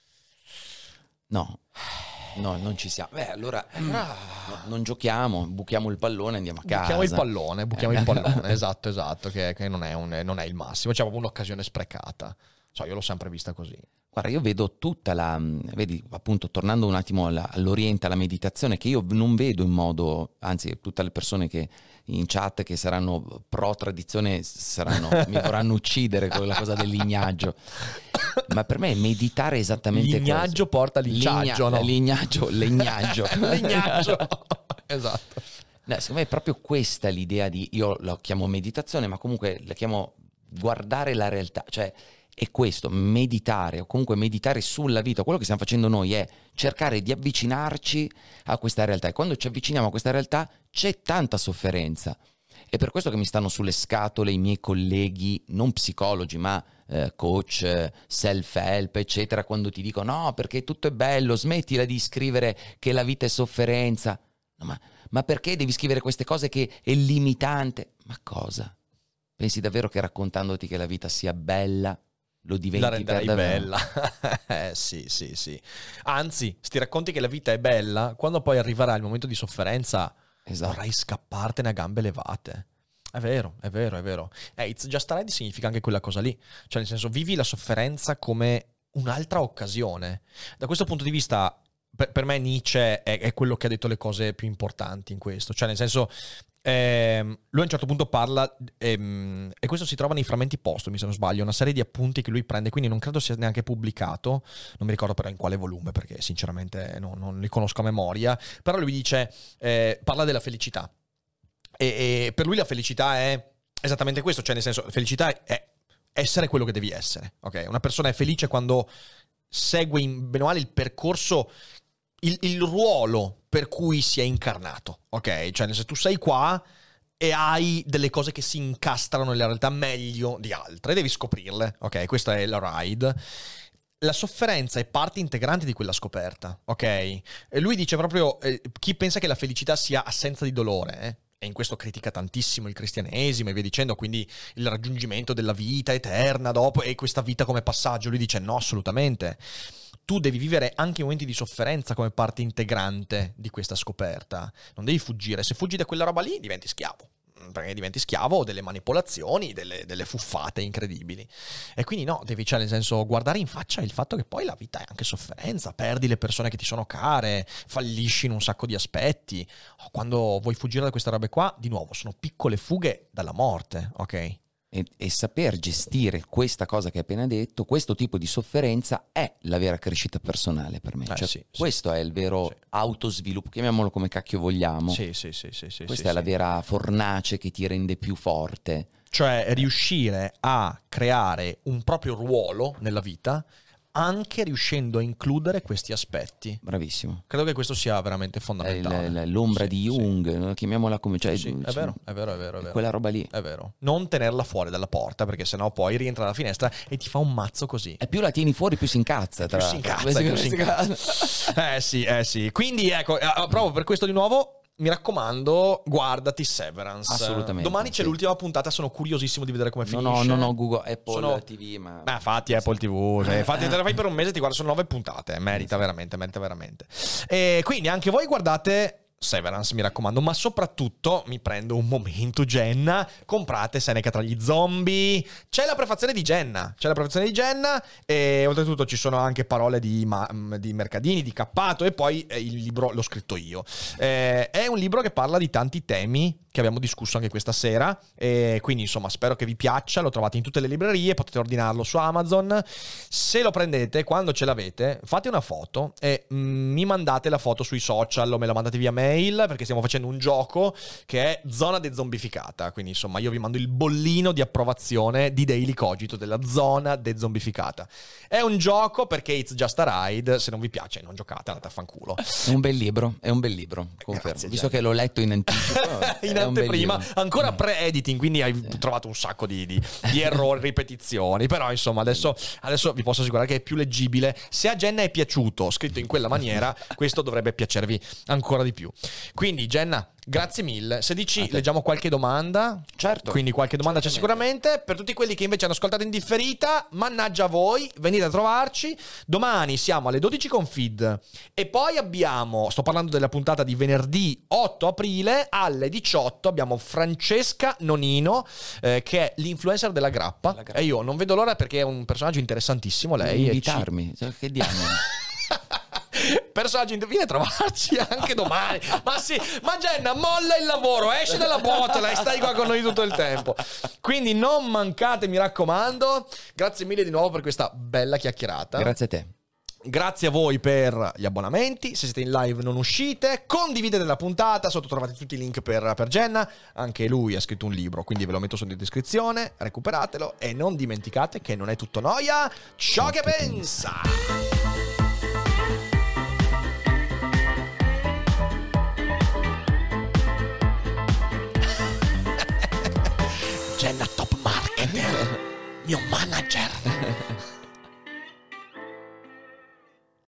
no. No, non ci siamo. Beh, allora no, non giochiamo, buchiamo il pallone, andiamo a casa. Buchiamo il pallone, buchiamo il pallone, esatto, esatto, che, che non, è un, non è il massimo, c'è proprio un'occasione sprecata. So, io l'ho sempre vista così. Guarda, io vedo tutta la, vedi, appunto, tornando un attimo alla, all'Oriente, alla meditazione, che io non vedo in modo, anzi, tutte le persone che in chat che saranno pro tradizione saranno, mi vorranno uccidere con la cosa del lignaggio. Ma per me meditare è esattamente lignaggio cosa. porta linciaggio, Ligna, no? Lignaggio, legnaggio. Legnaggio. Esatto. No, secondo me è proprio questa l'idea di, io la chiamo meditazione, ma comunque la chiamo guardare la realtà, cioè è questo, meditare o comunque meditare sulla vita. Quello che stiamo facendo noi è cercare di avvicinarci a questa realtà, e quando ci avviciniamo a questa realtà c'è tanta sofferenza. È per questo che mi stanno sulle scatole i miei colleghi, non psicologi, ma eh, coach, eh, self-help, eccetera, quando ti dico no, perché tutto è bello, smettila di scrivere che la vita è sofferenza. No, ma, ma perché devi scrivere queste cose che è limitante? Ma cosa? Pensi davvero che raccontandoti che la vita sia bella lo diventi la renderai per davvero? bella? eh, sì, sì, sì. Anzi, sti racconti che la vita è bella, quando poi arriverà il momento di sofferenza, Esatto. vorrai scappartene a gambe levate. È vero, è vero, è vero. Eh, it's just a ride significa anche quella cosa lì. Cioè, nel senso, vivi la sofferenza come un'altra occasione. Da questo punto di vista, per, per me Nietzsche è, è quello che ha detto le cose più importanti in questo. Cioè, nel senso... Eh, lui a un certo punto parla, ehm, e questo si trova nei frammenti postumi, se non sbaglio, una serie di appunti che lui prende, quindi non credo sia neanche pubblicato, non mi ricordo però in quale volume, perché sinceramente no, non li conosco a memoria, però lui dice, eh, parla della felicità, e, e per lui la felicità è esattamente questo, cioè nel senso, la felicità è essere quello che devi essere, ok? Una persona è felice quando segue in bene o male il percorso, il, il ruolo per cui si è incarnato, ok? Cioè se tu sei qua e hai delle cose che si incastrano nella realtà meglio di altre, devi scoprirle, ok? Questa è la ride. La sofferenza è parte integrante di quella scoperta, ok? E lui dice proprio, eh, chi pensa che la felicità sia assenza di dolore, eh? E in questo critica tantissimo il cristianesimo e via dicendo, quindi il raggiungimento della vita eterna dopo e questa vita come passaggio. Lui dice no, assolutamente. Tu devi vivere anche i momenti di sofferenza come parte integrante di questa scoperta. Non devi fuggire. Se fuggi da quella roba lì, diventi schiavo. Perché diventi schiavo delle manipolazioni, delle, delle fuffate incredibili. E quindi no, devi, cioè nel senso, guardare in faccia il fatto che poi la vita è anche sofferenza. Perdi le persone che ti sono care, fallisci in un sacco di aspetti. Quando vuoi fuggire da queste robe qua, di nuovo, sono piccole fughe dalla morte, ok? E, e saper gestire questa cosa che hai appena detto, questo tipo di sofferenza è la vera crescita personale per me. Eh, cioè, sì, questo sì, è il vero sì. autosviluppo, chiamiamolo come cacchio vogliamo. Sì, sì, sì, sì, sì, Questa sì, è la sì. vera fornace che ti rende più forte. Cioè riuscire a creare un proprio ruolo nella vita, anche riuscendo a includere questi aspetti. Bravissimo. Credo che questo sia veramente È fondamentale. il- l- l'ombra Sì, di sì. Jung, chiamiamola come... Cioè, Sì, è vero, è vero, è vero, è vero. Quella roba lì. È vero. Non tenerla fuori dalla porta, perché sennò poi rientra dalla finestra e ti fa un mazzo così. E più la tieni fuori più si incazza. Più tra si l'altro. incazza, più si incazza. Eh sì, eh sì. Quindi ecco, eh, proprio per questo di nuovo, mi raccomando, guardati Severance. Assolutamente, Domani c'è sì. l'ultima puntata, sono curiosissimo di vedere come Non finisce. ho, non ho Google, Apple Sono- T V, ma... Ah, fatti Apple T V, cioè, fatti, te la fai per un mese, ti guarda, sono nove puntate, merita veramente, merita veramente. E quindi anche voi guardate Severance, mi raccomando, ma soprattutto mi prendo un momento, Jenna, comprate Seneca tra gli zombie, c'è la prefazione di Jenna, c'è la prefazione di Jenna e oltretutto ci sono anche parole di, ma, di Mercadini, di Cappato e poi eh, il libro l'ho scritto io. Eh, è un libro che parla di tanti temi che abbiamo discusso anche questa sera e quindi insomma spero che vi piaccia, lo trovate in tutte le librerie, potete ordinarlo su Amazon. Se lo prendete, quando ce l'avete, fate una foto e mm, mi mandate la foto sui social o me la mandate via mail, perché stiamo facendo un gioco che è Zona Dezombificata, quindi insomma io vi mando il bollino di approvazione di Daily Cogito della Zona Dezombificata. È un gioco perché it's just a ride, se non vi piace non giocate, andate a fanculo. È un bel libro, è un bel libro, confermo. Grazie, Visto Gianni. che l'ho letto in anticipo, in è un bel anteprima, libro. ancora pre-editing, quindi hai trovato un sacco di, di, di errori, ripetizioni, però insomma adesso, adesso vi posso assicurare che è più leggibile. Se a Jenna è piaciuto scritto in quella maniera, questo dovrebbe piacervi ancora di più. Quindi Jenna, grazie mille. Se dici leggiamo qualche domanda, Certo. quindi qualche domanda c'è sicuramente. Per tutti quelli che invece hanno ascoltato in differita, mannaggia a voi, venite a trovarci. Domani siamo alle dodici con Feed e poi abbiamo, sto parlando della puntata di venerdì otto aprile alle diciotto, abbiamo Francesca Nonino eh, che è l'influencer della grappa. La grappa. E io non vedo l'ora perché è un personaggio interessantissimo lei. Devi e ci- invitarmi, cioè, che diamine. Personaggio, int- vieni a trovarci anche domani. Ma sì, ma Jenna, molla il lavoro, esci dalla botola e stai qua con noi tutto il tempo. Quindi non mancate, mi raccomando. Grazie mille di nuovo per questa bella chiacchierata. Grazie a te. Grazie a voi per gli abbonamenti. Se siete in live non uscite, condividete la puntata. Sotto trovate tutti i link per, per Jenna. Anche lui ha scritto un libro, quindi ve lo metto sotto in descrizione. Recuperatelo e non dimenticate che non è tutto noia ciò che pensa. mio manager.